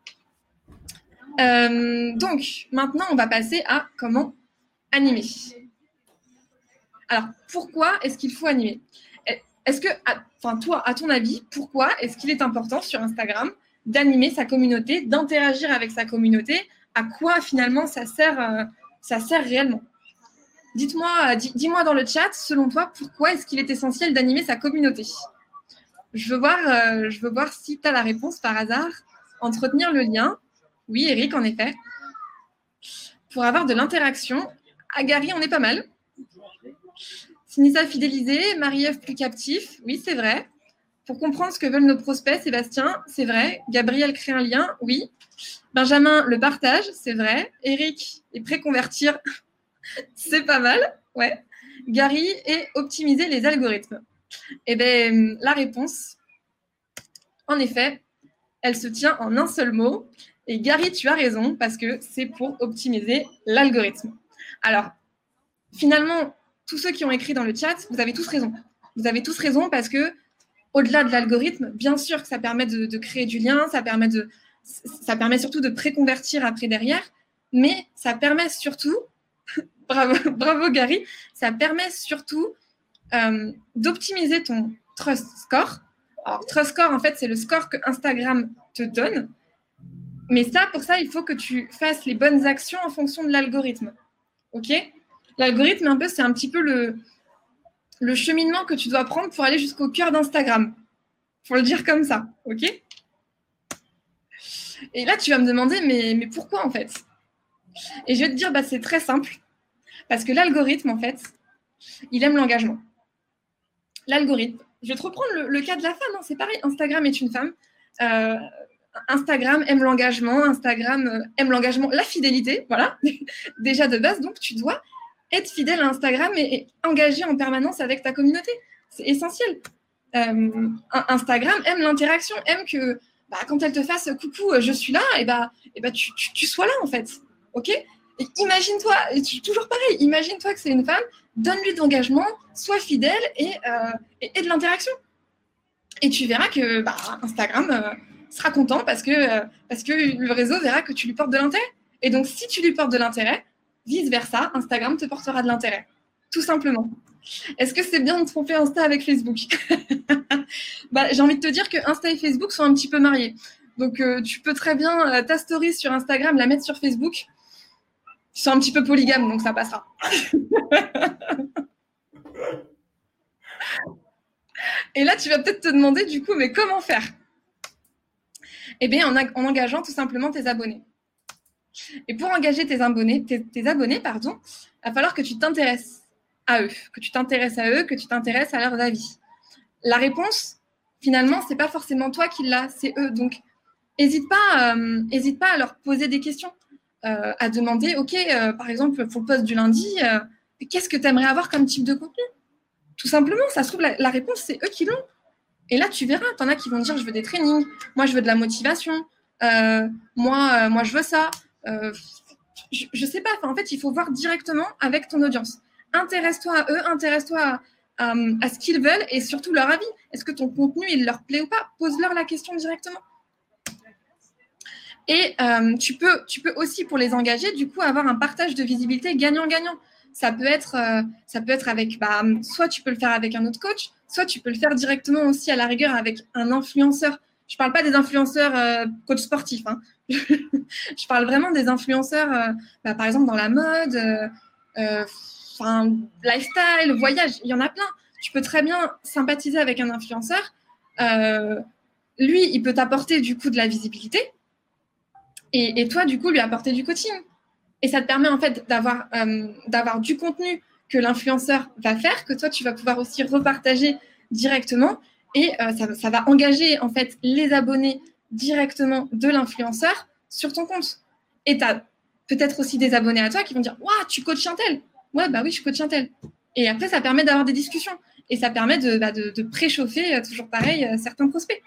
Euh, donc, maintenant, on va passer à comment animer. Alors, pourquoi est-ce qu'il faut animer? Est-ce que, enfin, toi, à ton avis, pourquoi est-ce qu'il est important sur Instagram d'animer sa communauté, d'interagir avec sa communauté? À quoi, finalement, ça sert, euh, ça sert réellement? Dites-moi, dis-moi dans le chat, selon toi, pourquoi est-ce qu'il est essentiel d'animer sa communauté? Je veux voir, euh, je veux voir si tu as la réponse par hasard. Entretenir le lien. Oui, Eric, en effet. Pour avoir de l'interaction. À Gary, on est pas mal. Sinisa fidélisé. Marie-Ève plus captif. Oui, c'est vrai. Pour comprendre ce que veulent nos prospects, Sébastien, c'est vrai. Gabriel crée un lien. Oui. Benjamin, le partage. C'est vrai. Eric, et préconvertir. C'est pas mal. Ouais. Gary, et optimiser les algorithmes. Eh bien, la réponse, en effet, elle se tient en un seul mot. Et Gary, tu as raison, parce que c'est pour optimiser l'algorithme. Alors, finalement, tous ceux qui ont écrit dans le chat, vous avez tous raison. Vous avez tous raison parce que, au-delà de l'algorithme, bien sûr que ça permet de, de créer du lien, ça permet, de, ça permet surtout de préconvertir après derrière, mais ça permet surtout, bravo, bravo Gary, ça permet surtout Euh, d'optimiser ton Trust Score. Alors, Trust Score, en fait, c'est le score que Instagram te donne. Mais ça, pour ça, il faut que tu fasses les bonnes actions en fonction de l'algorithme. OK ? L'algorithme, un peu, c'est un petit peu le, le cheminement que tu dois prendre pour aller jusqu'au cœur d'Instagram. Il faut le dire comme ça. OK ? Et là, tu vas me demander, mais, mais pourquoi, en fait ? Et je vais te dire, bah, c'est très simple. Parce que l'algorithme, en fait, il aime l'engagement. L'algorithme. Je vais te reprendre le, le cas de la femme. Hein. C'est pareil, Instagram est une femme. Euh, Instagram aime l'engagement. Instagram euh, aime l'engagement, la fidélité. Voilà, déjà de base. Donc, tu dois être fidèle à Instagram et, et engagé en permanence avec ta communauté. C'est essentiel. Euh, Instagram aime l'interaction, aime que bah, quand elle te fasse « coucou, je suis là », et bah, et bah, tu, tu, tu sois là, en fait. OK ? Et imagine-toi, toujours pareil, imagine-toi que c'est une femme, donne-lui de l'engagement, sois fidèle et, euh, et, et de l'interaction. Et tu verras que bah, Instagram euh, sera content parce que, euh, parce que le réseau verra que tu lui portes de l'intérêt. Et donc, si tu lui portes de l'intérêt, vice-versa, Instagram te portera de l'intérêt. Tout simplement. Est-ce que c'est bien de tromper Insta avec Facebook? bah, j'ai envie de te dire que Insta et Facebook sont un petit peu mariés. Donc, euh, tu peux très bien euh, ta story sur Instagram, la mettre sur Facebook. Je suis un petit peu polygame, donc ça passera. Et là, tu vas peut-être te demander, du coup, mais comment faire? Eh bien, en, en engageant tout simplement tes abonnés. Et pour engager tes abonnés, tes, tes abonnés, pardon, il va falloir que tu t'intéresses à eux, que tu t'intéresses à eux, que tu t'intéresses à leurs avis. La réponse, finalement, c'est pas forcément toi qui l'as, c'est eux. Donc, n'hésite pas, euh, hésite pas à leur poser des questions. Euh, à demander, ok, euh, par exemple, pour le post du lundi, euh, qu'est-ce que tu aimerais avoir comme type de contenu? Tout simplement, ça se trouve, la, la réponse, c'est eux qui l'ont. Et là, tu verras, t'en as qui vont dire, je veux des trainings, moi, je veux de la motivation, euh, moi, euh, moi, je veux ça. Euh, je, je sais pas, en fait, il faut voir directement avec ton audience. Intéresse-toi à eux, intéresse-toi à, à, à ce qu'ils veulent et surtout leur avis. Est-ce que ton contenu, il leur plaît ou pas? Pose-leur la question directement. Et euh, tu peux, tu peux aussi, pour les engager, du coup, avoir un partage de visibilité gagnant-gagnant. Ça peut être, euh, ça peut être avec, bah, soit tu peux le faire avec un autre coach, soit tu peux le faire directement aussi à la rigueur avec un influenceur. Je ne parle pas des influenceurs euh, coach sportifs. Hein. Je parle vraiment des influenceurs, euh, bah, par exemple, dans la mode, euh, euh, enfin, lifestyle, voyage, il y en a plein. Tu peux très bien sympathiser avec un influenceur. Euh, lui, il peut t'apporter du coup de la visibilité et, et toi, du coup, lui apporter du coaching. Et ça te permet en fait d'avoir, euh, d'avoir du contenu que l'influenceur va faire, que toi, tu vas pouvoir aussi repartager directement. Et euh, ça, ça va engager en fait les abonnés directement de l'influenceur sur ton compte. Et tu as peut-être aussi des abonnés à toi qui vont dire « Waouh, tu coaches un tel ?» Ouais, bah oui, je coach un tel. Et après, ça permet d'avoir des discussions. Et ça permet de, bah, de, de préchauffer, euh, toujours pareil, euh, certains prospects.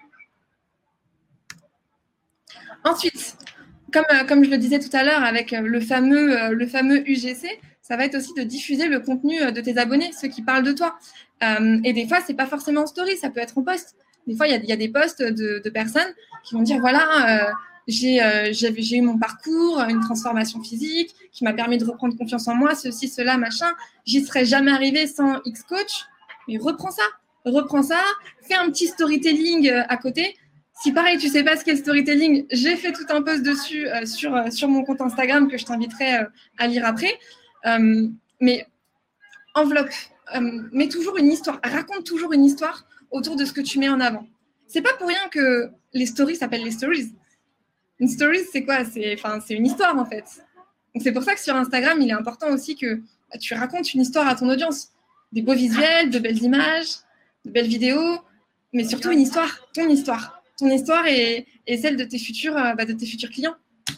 Ensuite, comme, euh, comme je le disais tout à l'heure avec euh, le, fameux, euh, le fameux U G C, ça va être aussi de diffuser le contenu euh, de tes abonnés, ceux qui parlent de toi. Euh, et des fois, ce n'est pas forcément en story, ça peut être en post. Des fois, il y, y a des posts de, de personnes qui vont dire, voilà, euh, j'ai, euh, j'ai, j'ai eu mon parcours, une transformation physique qui m'a permis de reprendre confiance en moi, ceci, cela, machin. J'y serais jamais arrivée sans X coach. Mais reprends ça, reprends ça, fais un petit storytelling euh, à côté. Si pareil, tu ne sais pas ce qu'est le storytelling, j'ai fait tout un post dessus euh, sur, euh, sur mon compte Instagram que je t'inviterai euh, à lire après. Euh, mais enveloppe, euh, mets toujours une histoire, raconte toujours une histoire autour de ce que tu mets en avant. C'est pas pour rien que les stories s'appellent les stories. Une story, c'est quoi? C'est, enfin, c'est une histoire en fait. Donc c'est pour ça que sur Instagram, il est important aussi que bah, tu racontes une histoire à ton audience. Des beaux visuels, de belles images, de belles vidéos, mais surtout une histoire, ton histoire. Ton histoire et, et celle de tes, futurs, euh, bah, de tes futurs clients.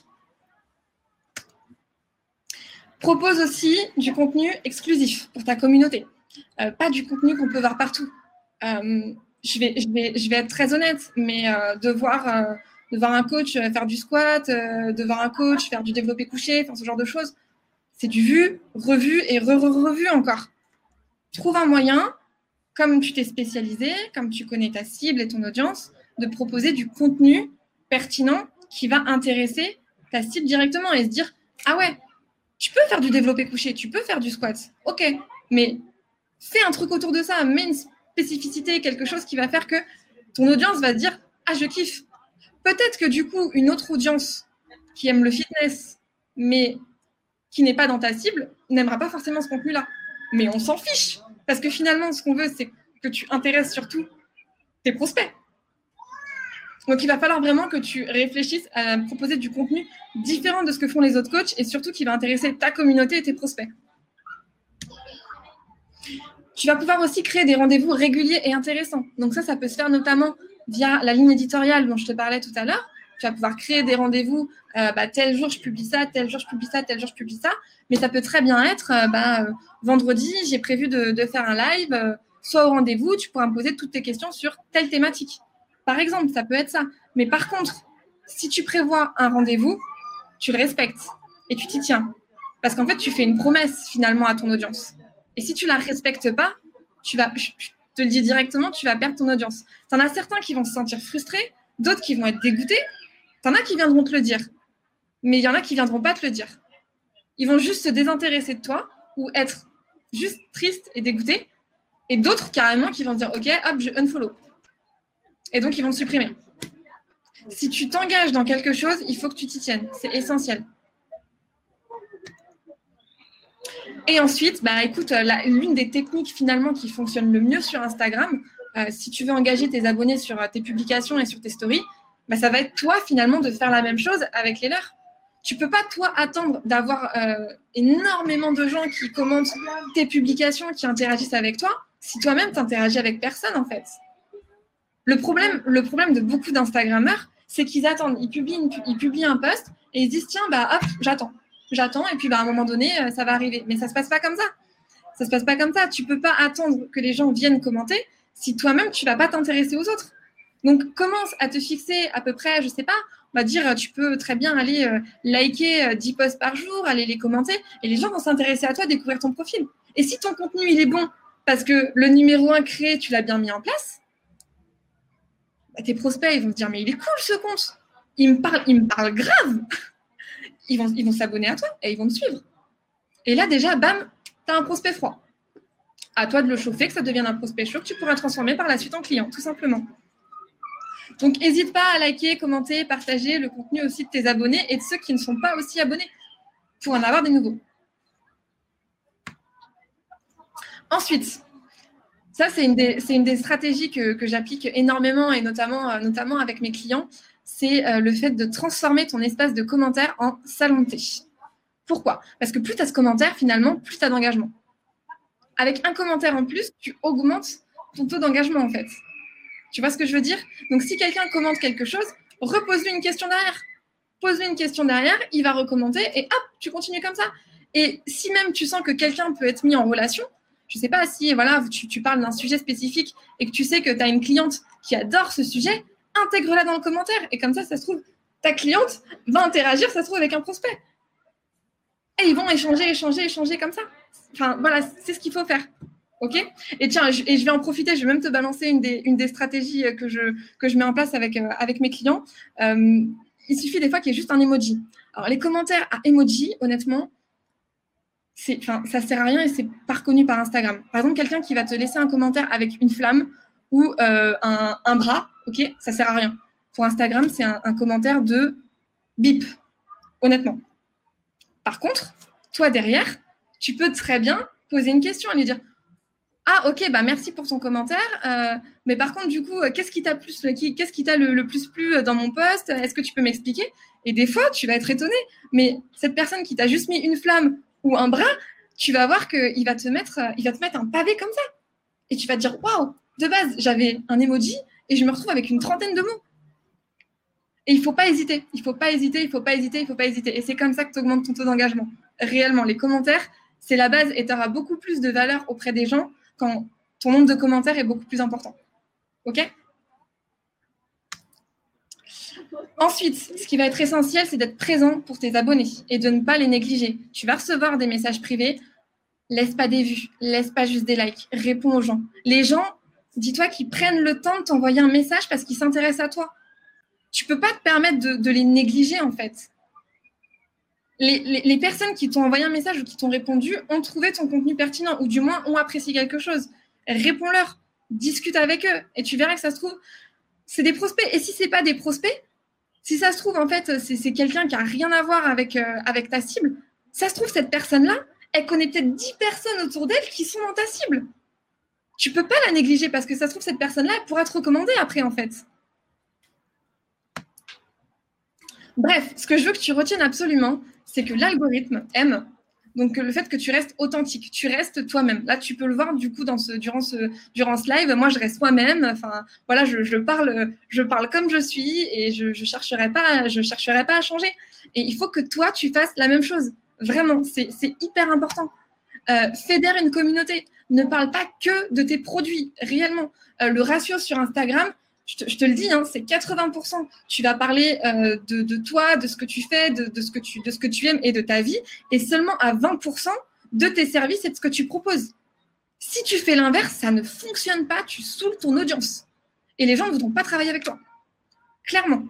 Propose aussi du contenu exclusif pour ta communauté. Euh, pas du contenu qu'on peut voir partout. Euh, je, vais, je, vais, je vais être très honnête, mais euh, de, voir, euh, de voir un coach faire du squat, euh, de voir un coach faire du développé couché, enfin, ce genre de choses, c'est du vu, revu et re-re-revu encore. Trouve un moyen, comme tu t'es spécialisé, comme tu connais ta cible et ton audience, de proposer du contenu pertinent qui va intéresser ta cible directement et se dire « Ah ouais, tu peux faire du développé couché, tu peux faire du squat. Ok, mais fais un truc autour de ça, mets une spécificité, quelque chose qui va faire que ton audience va se dire « Ah, je kiffe ». Peut-être que du coup, une autre audience qui aime le fitness, mais qui n'est pas dans ta cible, n'aimera pas forcément ce contenu-là. Mais on s'en fiche, parce que finalement, ce qu'on veut, c'est que tu intéresses surtout tes prospects. Donc, il va falloir vraiment que tu réfléchisses à proposer du contenu différent de ce que font les autres coachs et surtout qui va intéresser ta communauté et tes prospects. Tu vas pouvoir aussi créer des rendez-vous réguliers et intéressants. Donc ça, ça peut se faire notamment via la ligne éditoriale dont je te parlais tout à l'heure. Tu vas pouvoir créer des rendez-vous, euh, bah, tel jour je publie ça, tel jour je publie ça, tel jour je publie ça. Mais ça peut très bien être, euh, bah, euh, vendredi, j'ai prévu de, de faire un live, euh, soit au rendez-vous, tu pourras me poser toutes tes questions sur telle thématique. Par exemple, ça peut être ça. Mais par contre, si tu prévois un rendez-vous, tu le respectes et tu t'y tiens. Parce qu'en fait, tu fais une promesse finalement à ton audience. Et si tu ne la respectes pas, tu vas, je te le dis directement, tu vas perdre ton audience. Tu en as certains qui vont se sentir frustrés, d'autres qui vont être dégoûtés. Tu en as qui viendront te le dire. Mais il y en a qui ne viendront pas te le dire. Ils vont juste se désintéresser de toi ou être juste tristes et dégoûtés. Et d'autres carrément qui vont dire « Ok, hop, je unfollow ». Et donc, ils vont te supprimer. Si tu t'engages dans quelque chose, il faut que tu t'y tiennes. C'est essentiel. Et ensuite, bah, écoute, la, l'une des techniques finalement qui fonctionne le mieux sur Instagram, euh, si tu veux engager tes abonnés sur euh, tes publications et sur tes stories, bah, ça va être toi finalement de faire la même chose avec les leurs. Tu ne peux pas, toi, attendre d'avoir euh, énormément de gens qui commentent tes publications, qui interagissent avec toi, si toi-même, tu n'interagis avec personne, en fait. Le problème, le problème de beaucoup d'Instagrammeurs, c'est qu'ils attendent, ils publient, une, ils publient un post et ils se disent, tiens, bah, hop, j'attends. J'attends et puis bah, à un moment donné, ça va arriver. Mais ça ne se passe pas comme ça. Ça ne se passe pas comme ça. Tu ne peux pas attendre que les gens viennent commenter si toi-même, tu ne vas pas t'intéresser aux autres. Donc, commence à te fixer à peu près, je ne sais pas, on va dire, tu peux très bien aller euh, liker euh, dix posts par jour, aller les commenter et les gens vont s'intéresser à toi, découvrir ton profil. Et si ton contenu, il est bon parce que le numéro un créé, tu l'as bien mis en place, bah, tes prospects, ils vont te dire, mais il est cool ce compte. ils me parlent, ils me parlent grave. Ils vont, ils vont s'abonner à toi et ils vont me suivre. Et là, déjà, bam, tu as un prospect froid. À toi de le chauffer, que ça devienne un prospect chaud, que tu pourras transformer par la suite en client, tout simplement. Donc, n'hésite pas à liker, commenter, partager le contenu aussi de tes abonnés et de ceux qui ne sont pas aussi abonnés pour en avoir des nouveaux. Ensuite, ça, c'est une des, c'est une des stratégies que, que j'applique énormément et notamment, euh, notamment avec mes clients, c'est euh, le fait de transformer ton espace de commentaires en salon de thé. Pourquoi ? Parce que plus tu as ce commentaire, finalement, plus tu as d'engagement. Avec un commentaire en plus, tu augmentes ton taux d'engagement, en fait. Tu vois ce que je veux dire ? Donc, si quelqu'un commente quelque chose, repose-lui une question derrière. Pose-lui une question derrière, il va recommenter et hop, tu continues comme ça. Et si même tu sens que quelqu'un peut être mis en relation, je ne sais pas si voilà, tu, tu parles d'un sujet spécifique et que tu sais que tu as une cliente qui adore ce sujet, intègre-la dans le commentaire. Et comme ça, ça se trouve, ta cliente va interagir, ça se trouve, avec un prospect. Et ils vont échanger, échanger, échanger comme ça. Enfin, voilà, c'est ce qu'il faut faire. OK ? Et tiens, je, et je vais en profiter, je vais même te balancer une des, une des stratégies que je, que je mets en place avec, euh, avec mes clients. Euh, il suffit des fois qu'il y ait juste un emoji. Alors, les commentaires à emoji, honnêtement, c'est, enfin, ça ne sert à rien et c'est pas reconnu par Instagram. Par exemple, quelqu'un qui va te laisser un commentaire avec une flamme ou euh, un, un bras, OK, ça ne sert à rien. Pour Instagram, c'est un, un commentaire de bip, honnêtement. Par contre, toi, derrière, tu peux très bien poser une question et lui dire « Ah, OK, bah merci pour ton commentaire, euh, mais par contre, du coup, qu'est-ce qui t'a plus, qu'est-ce qui t'a le, le plus plu dans mon post ? Est-ce que tu peux m'expliquer ?» Et des fois, tu vas être étonné, mais cette personne qui t'a juste mis une flamme ou un bras, tu vas voir qu'il va te mettre, il va te mettre un pavé comme ça. Et tu vas te dire « Waouh, de base, j'avais un emoji et je me retrouve avec une trentaine de mots. » Et il ne faut pas hésiter, il ne faut pas hésiter, il ne faut pas hésiter, il ne faut pas hésiter. Et c'est comme ça que tu augmentes ton taux d'engagement. Réellement, les commentaires, c'est la base et tu auras beaucoup plus de valeur auprès des gens quand ton nombre de commentaires est beaucoup plus important. OK ? Ensuite, ce qui va être essentiel, c'est d'être présent pour tes abonnés et de ne pas les négliger. Tu vas recevoir des messages privés, laisse pas des vues, laisse pas juste des likes, réponds aux gens. Les gens, dis-toi qu'ils prennent le temps de t'envoyer un message parce qu'ils s'intéressent à toi. Tu peux pas te permettre de, de les négliger, en fait. Les, les, les personnes qui t'ont envoyé un message ou qui t'ont répondu ont trouvé ton contenu pertinent ou du moins ont apprécié quelque chose. Réponds-leur, discute avec eux et tu verras que ça se trouve, c'est des prospects. Et si c'est pas des prospects, si ça se trouve, en fait, c'est, c'est quelqu'un qui a rien à voir avec, euh, avec ta cible, ça se trouve, cette personne-là, elle connaît peut-être dix personnes autour d'elle qui sont dans ta cible. Tu peux pas la négliger parce que ça se trouve, cette personne-là, elle pourra te recommander après, en fait. Bref, ce que je veux que tu retiennes absolument, c'est que l'algorithme aime donc le fait que tu restes authentique, tu restes toi-même. Là, tu peux le voir du coup dans ce, durant, ce, durant ce live. Moi, je reste moi-même. Enfin, voilà, je, je, parle, je parle comme je suis et je ne je chercherai pas, je chercherai pas à changer. Et il faut que toi, tu fasses la même chose. Vraiment, c'est, c'est hyper important. Euh, fédère une communauté. Ne parle pas que de tes produits, réellement. Euh, le ratio sur Instagram, Je te, je te le dis, hein, c'est quatre-vingts pour cent. Tu vas parler euh, de, de toi, de ce que tu fais, de, de, ce que tu, de ce que tu aimes et de ta vie, et seulement à vingt pour cent de tes services et de ce que tu proposes. Si tu fais l'inverse, ça ne fonctionne pas, tu saoules ton audience. Et les gens ne voudront pas travailler avec toi. Clairement.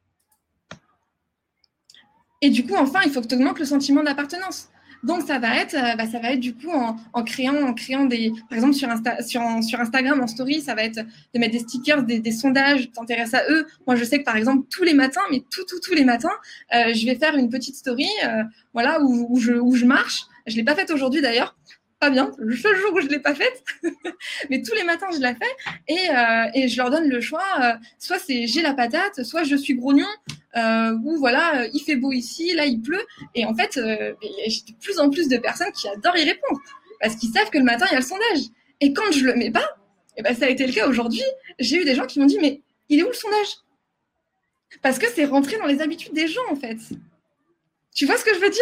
Et du coup, enfin, il faut que tu augmentes le sentiment d'appartenance. Donc, ça va être, bah, ça va être du coup en, en, créant, en créant des, par exemple sur, Insta, sur, sur Instagram en story, ça va être de mettre des stickers, des, des sondages, t'intéresses à eux. Moi, je sais que par exemple tous les matins, mais tout, tout, tous les matins, euh, je vais faire une petite story, euh, voilà, où, où je, où je marche. Je l'ai pas faite aujourd'hui d'ailleurs. Pas bien, le seul jour où je ne l'ai pas faite, mais tous les matins je la fais et, euh, et je leur donne le choix, euh, soit c'est j'ai la patate, soit je suis grognon, euh, ou voilà, il fait beau ici, là il pleut, et en fait, euh, j'ai de plus en plus de personnes qui adorent y répondre, parce qu'ils savent que le matin il y a le sondage, et quand je le mets pas, et ben ça a été le cas aujourd'hui, j'ai eu des gens qui m'ont dit mais il est où le sondage ? Parce que c'est rentré dans les habitudes des gens en fait. Tu vois ce que je veux dire ?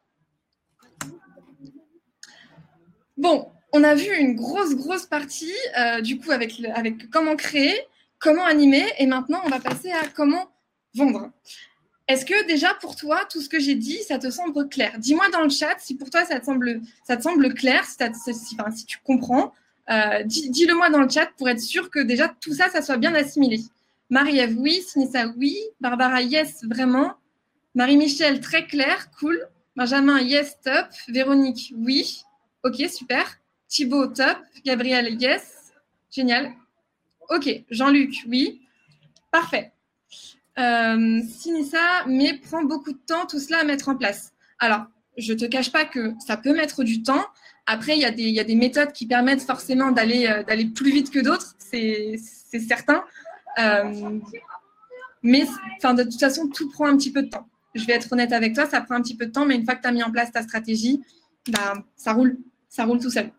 Bon, on a vu une grosse, grosse partie, euh, du coup, avec, le, avec comment créer, comment animer, et maintenant, on va passer à comment vendre. Est-ce que déjà, pour toi, tout ce que j'ai dit, ça te semble clair ? Dis-moi dans le chat si pour toi, ça te semble, ça te semble clair, si, si, enfin, si tu comprends. Euh, dis, dis-le-moi dans le chat pour être sûr que déjà, tout ça, ça soit bien assimilé. Marie-Ève, oui. Sinissa, oui. Barbara, yes, vraiment. Marie-Michel, très clair, cool. Benjamin, yes, top. Véronique, oui. Ok, super. Thibaut, top. Gabriel, yes. Génial. Ok. Jean-Luc, oui. Parfait. Euh, Sinissa, mais prend beaucoup de temps tout cela à mettre en place. Alors, je ne te cache pas que ça peut mettre du temps. Après, il y a des, il y a des méthodes qui permettent forcément d'aller, euh, d'aller plus vite que d'autres, c'est, c'est certain. Euh, mais enfin, de toute façon, tout prend un petit peu de temps. Je vais être honnête avec toi, ça prend un petit peu de temps, mais une fois que tu as mis en place ta stratégie, bah, ça roule, ça roule tout seul.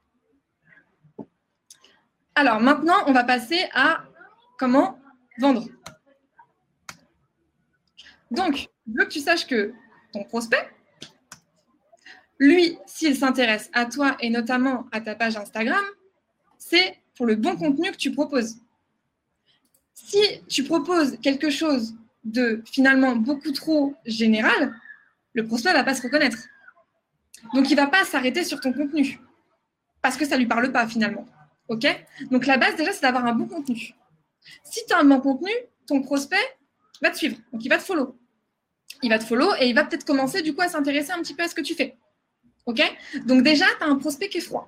Alors maintenant, on va passer à comment vendre. Donc, je veux que tu saches que ton prospect, lui, s'il s'intéresse à toi et notamment à ta page Instagram, c'est pour le bon contenu que tu proposes. Si tu proposes quelque chose de finalement beaucoup trop général, le prospect ne va pas se reconnaître. Donc, il ne va pas s'arrêter sur ton contenu parce que ça ne lui parle pas finalement. Ok ? Donc, la base déjà, c'est d'avoir un bon contenu. Si tu as un bon contenu, ton prospect va te suivre. Donc, il va te follow. Il va te follow et il va peut-être commencer du coup à s'intéresser un petit peu à ce que tu fais. Ok ? Donc, déjà, tu as un prospect qui est froid.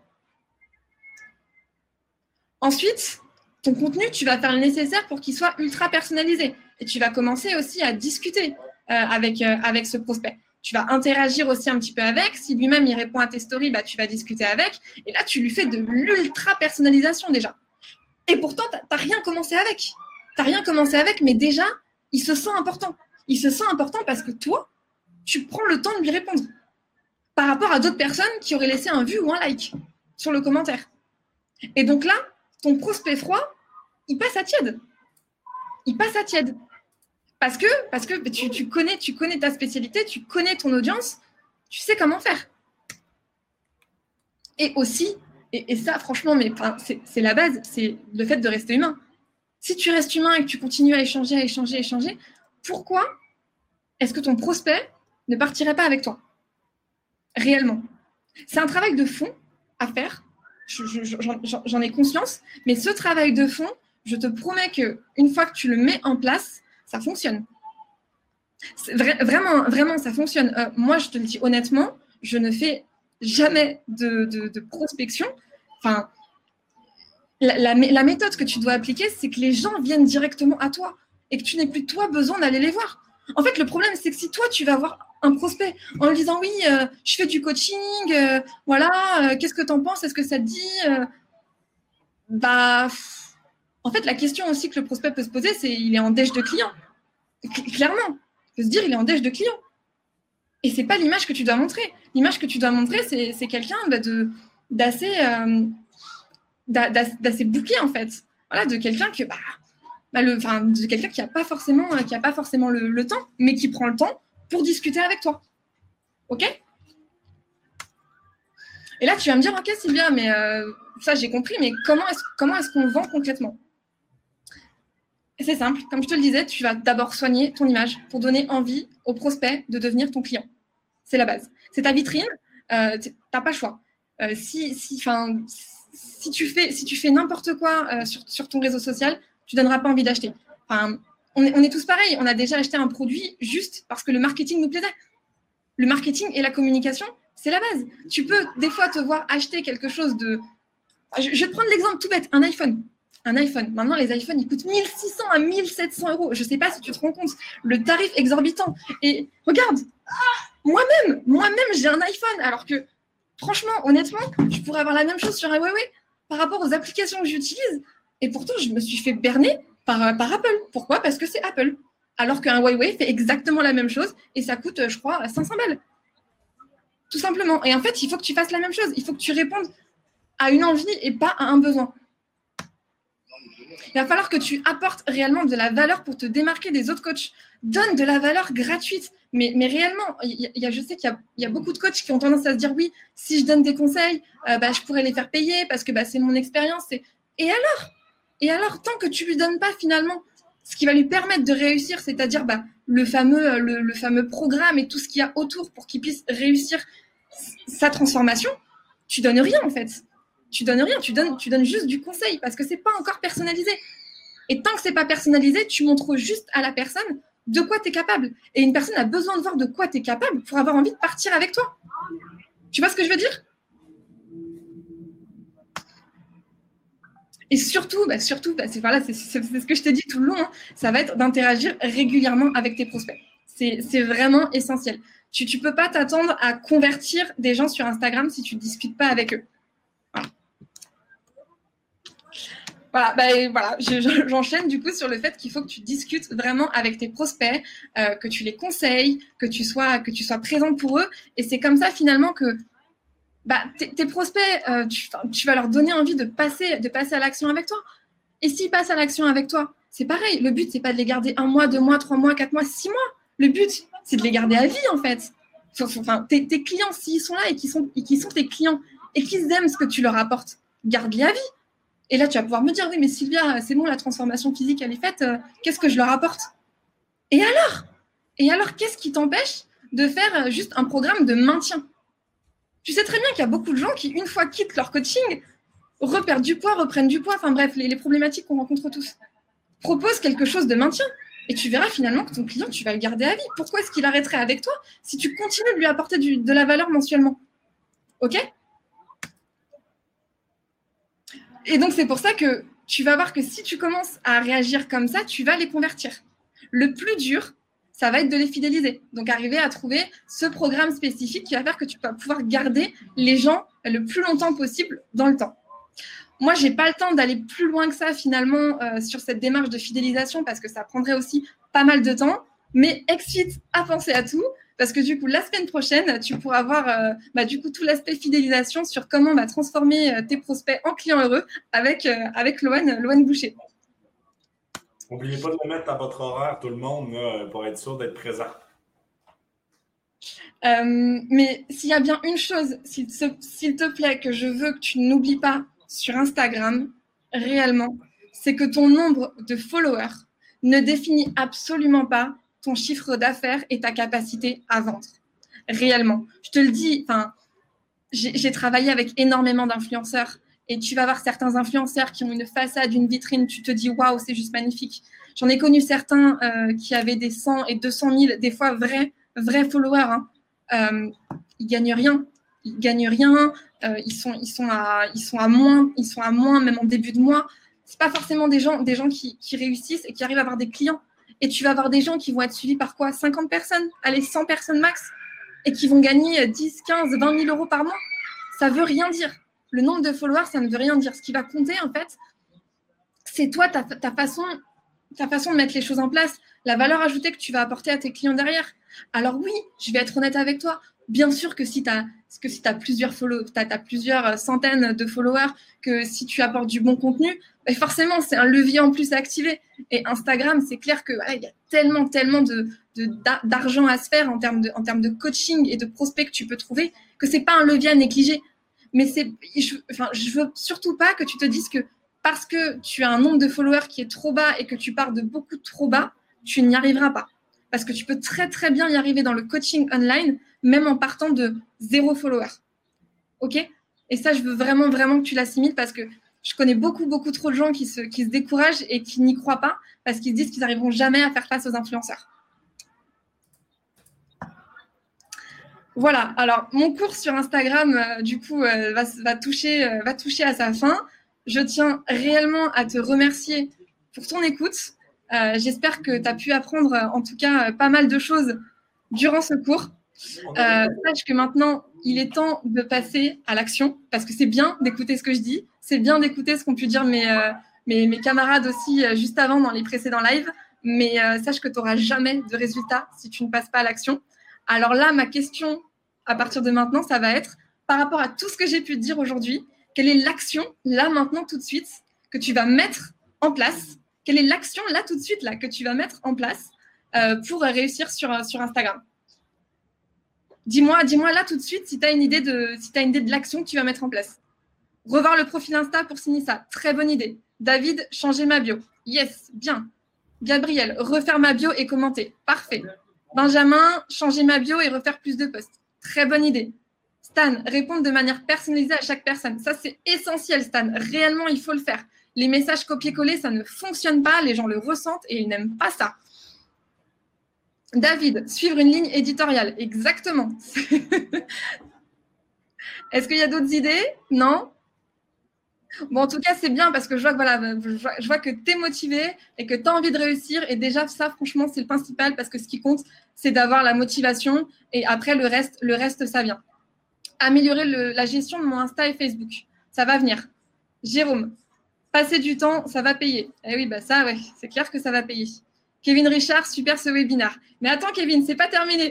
Ensuite, ton contenu, tu vas faire le nécessaire pour qu'il soit ultra personnalisé. Et tu vas commencer aussi à discuter euh, avec, euh, avec ce prospect. Tu vas interagir aussi un petit peu avec. Si lui-même, il répond à tes stories, bah, tu vas discuter avec. Et là, tu lui fais de l'ultra personnalisation déjà. Et pourtant, tu n'as rien commencé avec. Tu n'as rien commencé avec, mais déjà, il se sent important. Il se sent important parce que toi, tu prends le temps de lui répondre. Par rapport à d'autres personnes qui auraient laissé un vu ou un like sur le commentaire. Et donc là, ton prospect froid, il passe à tiède. Il passe à tiède. Parce que, parce que tu, tu, connais, tu connais ta spécialité, tu connais ton audience, tu sais comment faire. Et aussi, et, et ça, franchement, mais c'est, c'est la base, c'est le fait de rester humain. Si tu restes humain et que tu continues à échanger, à échanger, à échanger, pourquoi est-ce que ton prospect ne partirait pas avec toi ? Réellement. C'est un travail de fond à faire. Je, je, j'en, j'en ai conscience, mais ce travail de fond, je te promets qu'une fois que tu le mets en place, ça fonctionne. C'est vra- vraiment, vraiment, ça fonctionne. Euh, moi, je te le dis honnêtement, je ne fais jamais de, de, de prospection. Enfin, la, la, la méthode que tu dois appliquer, c'est que les gens viennent directement à toi et que tu n'aies plus, toi, besoin d'aller les voir. En fait, le problème, c'est que si toi, tu vas voir un prospect en lui disant « Oui, euh, je fais du coaching, euh, voilà, euh, qu'est-ce que tu en penses ? Est-ce que ça te dit euh... ?» Bah, en fait, la question aussi que le prospect peut se poser, c'est il est en déche de client. Clairement, il peut se dire il est en déche de client. Et c'est pas l'image que tu dois montrer. L'image que tu dois montrer, c'est, c'est quelqu'un bah, de, d'assez, euh, d'assez bouclé, en fait. Voilà, de quelqu'un que, bah, bah, le, enfin, de quelqu'un qui n'a pas forcément, qui a pas forcément le, le temps, mais qui prend le temps pour discuter avec toi. OK ? Et là, tu vas me dire, OK, Sylvia, mais euh, ça, j'ai compris, mais comment est-ce, comment est-ce qu'on vend concrètement ? C'est simple, comme je te le disais, tu vas d'abord soigner ton image pour donner envie au prospect de devenir ton client. C'est la base. C'est ta vitrine, euh, tu n'as pas le choix. Euh, si, si, si, tu fais, si tu fais n'importe quoi euh, sur, sur ton réseau social, tu ne donneras pas envie d'acheter. Enfin, on, est, on est tous pareils, on a déjà acheté un produit juste parce que le marketing nous plaisait. Le marketing et la communication, c'est la base. Tu peux des fois te voir acheter quelque chose de... Je, je vais te prendre l'exemple tout bête, un iPhone. Un iPhone. Maintenant, les iPhones, ils coûtent mille six cents à mille sept cents euros. Je ne sais pas si tu te rends compte. Le tarif exorbitant. Et regarde, moi-même, moi-même, j'ai un iPhone. Alors que, franchement, honnêtement, je pourrais avoir la même chose sur un Huawei par rapport aux applications que j'utilise. Et pourtant, je me suis fait berner par, par Apple. Pourquoi ? Parce que c'est Apple. Alors qu'un Huawei fait exactement la même chose et ça coûte, je crois, cinq cents balles. Tout simplement. Et en fait, il faut que tu fasses la même chose. Il faut que tu répondes à une envie et pas à un besoin. Il va falloir que tu apportes réellement de la valeur pour te démarquer des autres coachs. Donne de la valeur gratuite. Mais, mais réellement, il y a, je sais qu'il y a, il y a beaucoup de coachs qui ont tendance à se dire oui, si je donne des conseils, euh, bah, je pourrais les faire payer parce que bah, c'est mon expérience. Et, et alors Et alors, tant que tu ne lui donnes pas finalement ce qui va lui permettre de réussir, c'est-à-dire bah, le, fameux, le, le fameux programme et tout ce qu'il y a autour pour qu'il puisse réussir sa transformation, tu donnes rien en fait. Tu donnes rien, tu donnes, tu donnes juste du conseil parce que c'est pas encore personnalisé. Et tant que ce n'est pas personnalisé, tu montres juste à la personne de quoi tu es capable. Et une personne a besoin de voir de quoi tu es capable pour avoir envie de partir avec toi. Tu vois ce que je veux dire? Et surtout, bah surtout bah c'est, voilà, c'est, c'est, c'est ce que je t'ai dit tout le long, hein, ça va être d'interagir régulièrement avec tes prospects. C'est, c'est vraiment essentiel. Tu ne peux pas t'attendre à convertir des gens sur Instagram si tu ne discutes pas avec eux. Voilà. Voilà, bah, voilà. Je, je, j'enchaîne du coup sur le fait qu'il faut que tu discutes vraiment avec tes prospects, euh, que tu les conseilles, que tu sois, que tu sois présente pour eux. Et c'est comme ça finalement que bah, tes, tes prospects, euh, tu, tu vas leur donner envie de passer, de passer à l'action avec toi. Et s'ils passent à l'action avec toi, c'est pareil. Le but, c'est pas de les garder un mois, deux mois, trois mois, quatre mois, six mois. Le but, c'est de les garder à vie en fait. Enfin, tes, tes clients, s'ils sont là et qu'ils sont, et qu'ils sont tes clients et qu'ils aiment ce que tu leur apportes, garde-les à vie. Et là, tu vas pouvoir me dire, oui, mais Sylvia, c'est bon, la transformation physique, elle est faite. Euh, qu'est-ce que je leur apporte? Et alors? Et alors, qu'est-ce qui t'empêche de faire juste un programme de maintien? Tu sais très bien qu'il y a beaucoup de gens qui, une fois quittent leur coaching, reperdent du poids, reprennent du poids. Enfin bref, les, les problématiques qu'on rencontre tous. Propose quelque chose de maintien. Et tu verras finalement que ton client, tu vas le garder à vie. Pourquoi est-ce qu'il arrêterait avec toi si tu continues de lui apporter du, de la valeur mensuellement? Ok? Et donc, c'est pour ça que tu vas voir que si tu commences à réagir comme ça, tu vas les convertir. Le plus dur, ça va être de les fidéliser. Donc, arriver à trouver ce programme spécifique qui va faire que tu vas pouvoir garder les gens le plus longtemps possible dans le temps. Moi, je n'ai pas le temps d'aller plus loin que ça, finalement, euh, sur cette démarche de fidélisation parce que ça prendrait aussi pas mal de temps. Mais excite à penser à tout. Parce que du coup, la semaine prochaine, tu pourras voir euh, bah, du coup, tout l'aspect fidélisation sur comment bah, transformer euh, tes prospects en clients heureux avec, euh, avec Loane, Loane Boucher. N'oubliez pas de le mettre à votre horaire, tout le monde, là, pour être sûr d'être présent. Euh, mais s'il y a bien une chose, s'il te, s'il te plaît, que je veux que tu n'oublies pas sur Instagram, réellement, c'est que ton nombre de followers ne définit absolument pas ton chiffre d'affaires et ta capacité à vendre. Réellement. Je te le dis, enfin, j'ai, j'ai travaillé avec énormément d'influenceurs et tu vas voir certains influenceurs qui ont une façade, une vitrine, tu te dis waouh, c'est juste magnifique. J'en ai connu certains euh, qui avaient des cent et deux cent mille, des fois vrais, vrais followers. Hein. Euh, ils gagnent rien. Ils gagnent rien. Euh, ils sont, ils sont à, ils sont à moins, ils sont à moins même en début de mois. C'est pas forcément des gens, des gens qui, qui réussissent et qui arrivent à avoir des clients. Et tu vas avoir des gens qui vont être suivis par quoi? cinquante personnes, allez, cent personnes max, et qui vont gagner dix, quinze, vingt mille euros par mois. Ça veut rien dire. Le nombre de followers, ça ne veut rien dire. Ce qui va compter, en fait, c'est toi, ta, ta, façon, ta façon de mettre les choses en place, la valeur ajoutée que tu vas apporter à tes clients derrière. Alors oui, je vais être honnête avec toi. Bien sûr que si tu as que si tu as plusieurs follow, tu as plusieurs centaines de followers, que si tu apportes du bon contenu, ben forcément, c'est un levier en plus à activer. Et Instagram, c'est clair que voilà, il y a tellement, tellement de, de, d'argent à se faire en termes de, en termes de coaching et de prospects que tu peux trouver que c'est pas un levier à négliger. Mais c'est, je, enfin, je veux surtout pas que tu te dises que parce que tu as un nombre de followers qui est trop bas et que tu pars de beaucoup trop bas, tu n'y arriveras pas. Parce que tu peux très, très bien y arriver dans le coaching online, même en partant de zéro follower. OK? Et ça, je veux vraiment, vraiment que tu l'assimiles parce que je connais beaucoup, beaucoup trop de gens qui se, qui se découragent et qui n'y croient pas parce qu'ils se disent qu'ils n'arriveront jamais à faire face aux influenceurs. Voilà. Alors, mon cours sur Instagram, euh, du coup, euh, va, va, toucher, euh, va toucher à sa fin. Je tiens réellement à te remercier pour ton écoute. Euh, j'espère que tu as pu apprendre, en tout cas, pas mal de choses durant ce cours. Euh, sache que maintenant, il est temps de passer à l'action parce que c'est bien d'écouter ce que je dis. C'est bien d'écouter ce qu'ont pu dire mes, euh, mes, mes camarades aussi euh, juste avant dans les précédents lives. Mais euh, sache que tu n'auras jamais de résultat si tu ne passes pas à l'action. Alors là, ma question à partir de maintenant, ça va être par rapport à tout ce que j'ai pu te dire aujourd'hui, quelle est l'action là, maintenant, tout de suite, que tu vas mettre en place? Quelle est l'action là, tout de suite, là, que tu vas mettre en place euh, pour réussir sur, sur Instagram? Dis-moi, dis-moi là, tout de suite, si tu as une idée de, si tu as une idée de l'action que tu vas mettre en place. Revoir le profil Insta pour signer ça. Très bonne idée. David, changer ma bio. Yes, bien. Gabriel, refaire ma bio et commenter. Parfait. Benjamin, changer ma bio et refaire plus de posts. Très bonne idée. Stan, répondre de manière personnalisée à chaque personne. Ça, c'est essentiel, Stan. Réellement, il faut le faire. Les messages copier-coller, ça ne fonctionne pas. Les gens le ressentent et ils n'aiment pas ça. David, suivre une ligne éditoriale. Exactement. Est-ce qu'il y a d'autres idées? Non? Bon, en tout cas, c'est bien parce que je vois que, voilà, je vois, je vois que tu es motivé et que tu as envie de réussir. Et déjà, ça, franchement, c'est le principal parce que ce qui compte, c'est d'avoir la motivation. Et après, le reste, le reste ça vient. Améliorer le, la gestion de mon Insta et Facebook. Ça va venir. Jérôme, passer du temps, ça va payer. Eh oui, bah ça, ouais, c'est clair que ça va payer. Kevin Richard, super ce webinaire. Mais attends, Kevin, c'est pas terminé.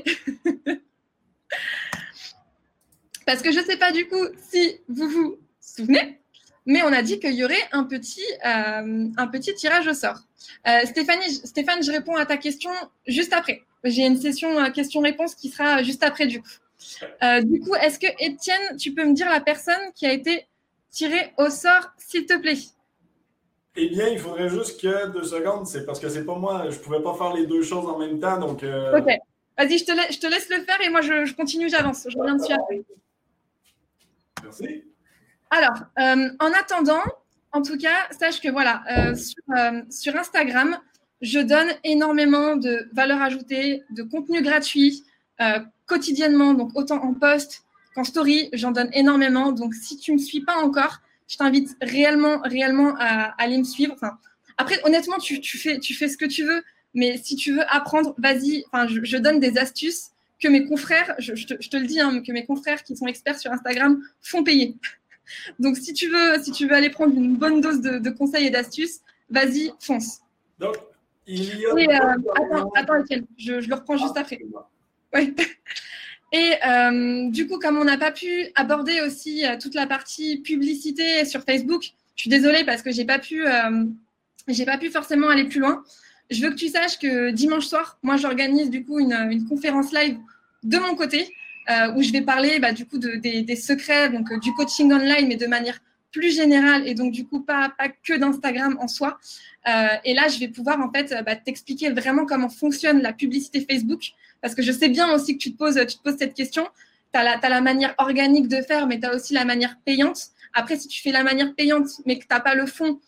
Parce que je ne sais pas du coup si vous vous souvenez, mais on a dit qu'il y aurait un petit, euh, un petit tirage au sort. Euh, Stéphanie, Stéphane, je réponds à ta question juste après. J'ai une session euh, questions-réponses qui sera juste après du coup. Euh, du coup, est-ce que Étienne, tu peux me dire la personne qui a été tirée au sort, s'il te plaît? Eh bien, il faudrait juste que deux secondes, c'est parce que c'est pas moi, je pouvais pas faire les deux choses en même temps, donc... Euh... Ok, vas-y, je te, la- je te laisse le faire et moi, je, je continue, j'avance. Je reviens dessus après. Merci. Alors, euh, en attendant, en tout cas, sache que voilà, euh, sur, euh, sur Instagram, je donne énormément de valeur ajoutée, de contenu gratuit, euh, quotidiennement, donc autant en post qu'en story, j'en donne énormément. Donc, si tu ne me suis pas encore, je t'invite réellement, réellement à, à aller me suivre. Enfin, après, honnêtement, tu, tu, fais, tu fais ce que tu veux, mais si tu veux apprendre, vas-y. Enfin, je, je donne des astuces que mes confrères, je, je, te, je te le dis, hein, que mes confrères qui sont experts sur Instagram font payer. Donc, si tu veux, si tu veux aller prendre une bonne dose de, de conseils et d'astuces, vas-y, fonce. Donc, il y a... Et, euh, attends, attends, Étienne, je, je le reprends juste après. Ouais. Et euh, du coup, comme on n'a pas pu aborder aussi euh, toute la partie publicité sur Facebook, je suis désolée parce que j'ai pas pu, euh, j'ai pas pu forcément aller plus loin. Je veux que tu saches que dimanche soir, moi, j'organise du coup une, une conférence live de mon côté euh, où je vais parler bah, du coup de, des, des secrets donc euh, du coaching online, mais de manière plus générale et donc du coup pas, pas que d'Instagram en soi. Euh, et là, je vais pouvoir en fait bah, t'expliquer vraiment comment fonctionne la publicité Facebook. Parce que je sais bien aussi que tu te poses, tu te poses cette question. Tu as la, t'as la manière organique de faire, mais tu as aussi la manière payante. Après, si tu fais la manière payante, mais que tu n'as pas le fond,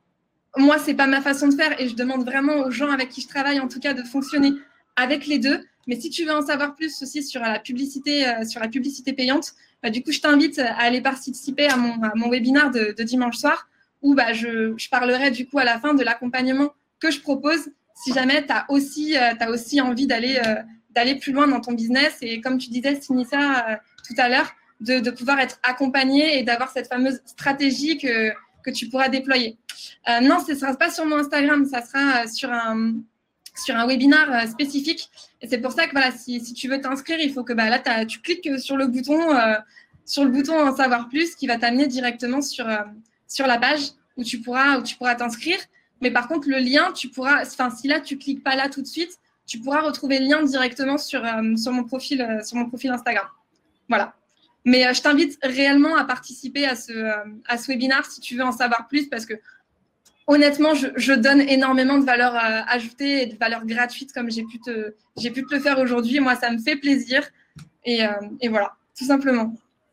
moi, ce n'est pas ma façon de faire. Et je demande vraiment aux gens avec qui je travaille, en tout cas, de fonctionner avec les deux. Mais si tu veux en savoir plus aussi sur la publicité, euh, sur la publicité payante, bah, du coup, je t'invite à aller participer à mon, à mon webinaire de, de dimanche soir où bah, je, je parlerai du coup à la fin de l'accompagnement que je propose si jamais tu as aussi, euh, t'as aussi envie d'aller... Euh, d'aller plus loin dans ton business et comme tu disais, Sinissa, euh, tout à l'heure, de, de pouvoir être accompagné et d'avoir cette fameuse stratégie que, que tu pourras déployer. Euh, non, ce ne sera pas sur mon Instagram, ça sera sur un, sur un webinaire euh, spécifique. Et c'est pour ça que voilà, si, si tu veux t'inscrire, il faut que bah, là, tu cliques sur le bouton, euh, sur le bouton en savoir plus qui va t'amener directement sur, euh, sur la page où tu pourras, où tu pourras t'inscrire. Mais par contre, le lien, tu pourras, enfin, si là, tu cliques pas là tout de suite, tu pourras retrouver le lien directement sur, euh, sur, mon, profil, euh, sur mon profil Instagram. Voilà. Mais euh, je t'invite réellement à participer à ce, euh, à ce webinaire si tu veux en savoir plus parce que honnêtement, je, je donne énormément de valeur euh, ajoutée et de valeur gratuite comme j'ai pu te, j'ai pu te le faire aujourd'hui. Moi, ça me fait plaisir. Et, euh, et voilà, tout simplement.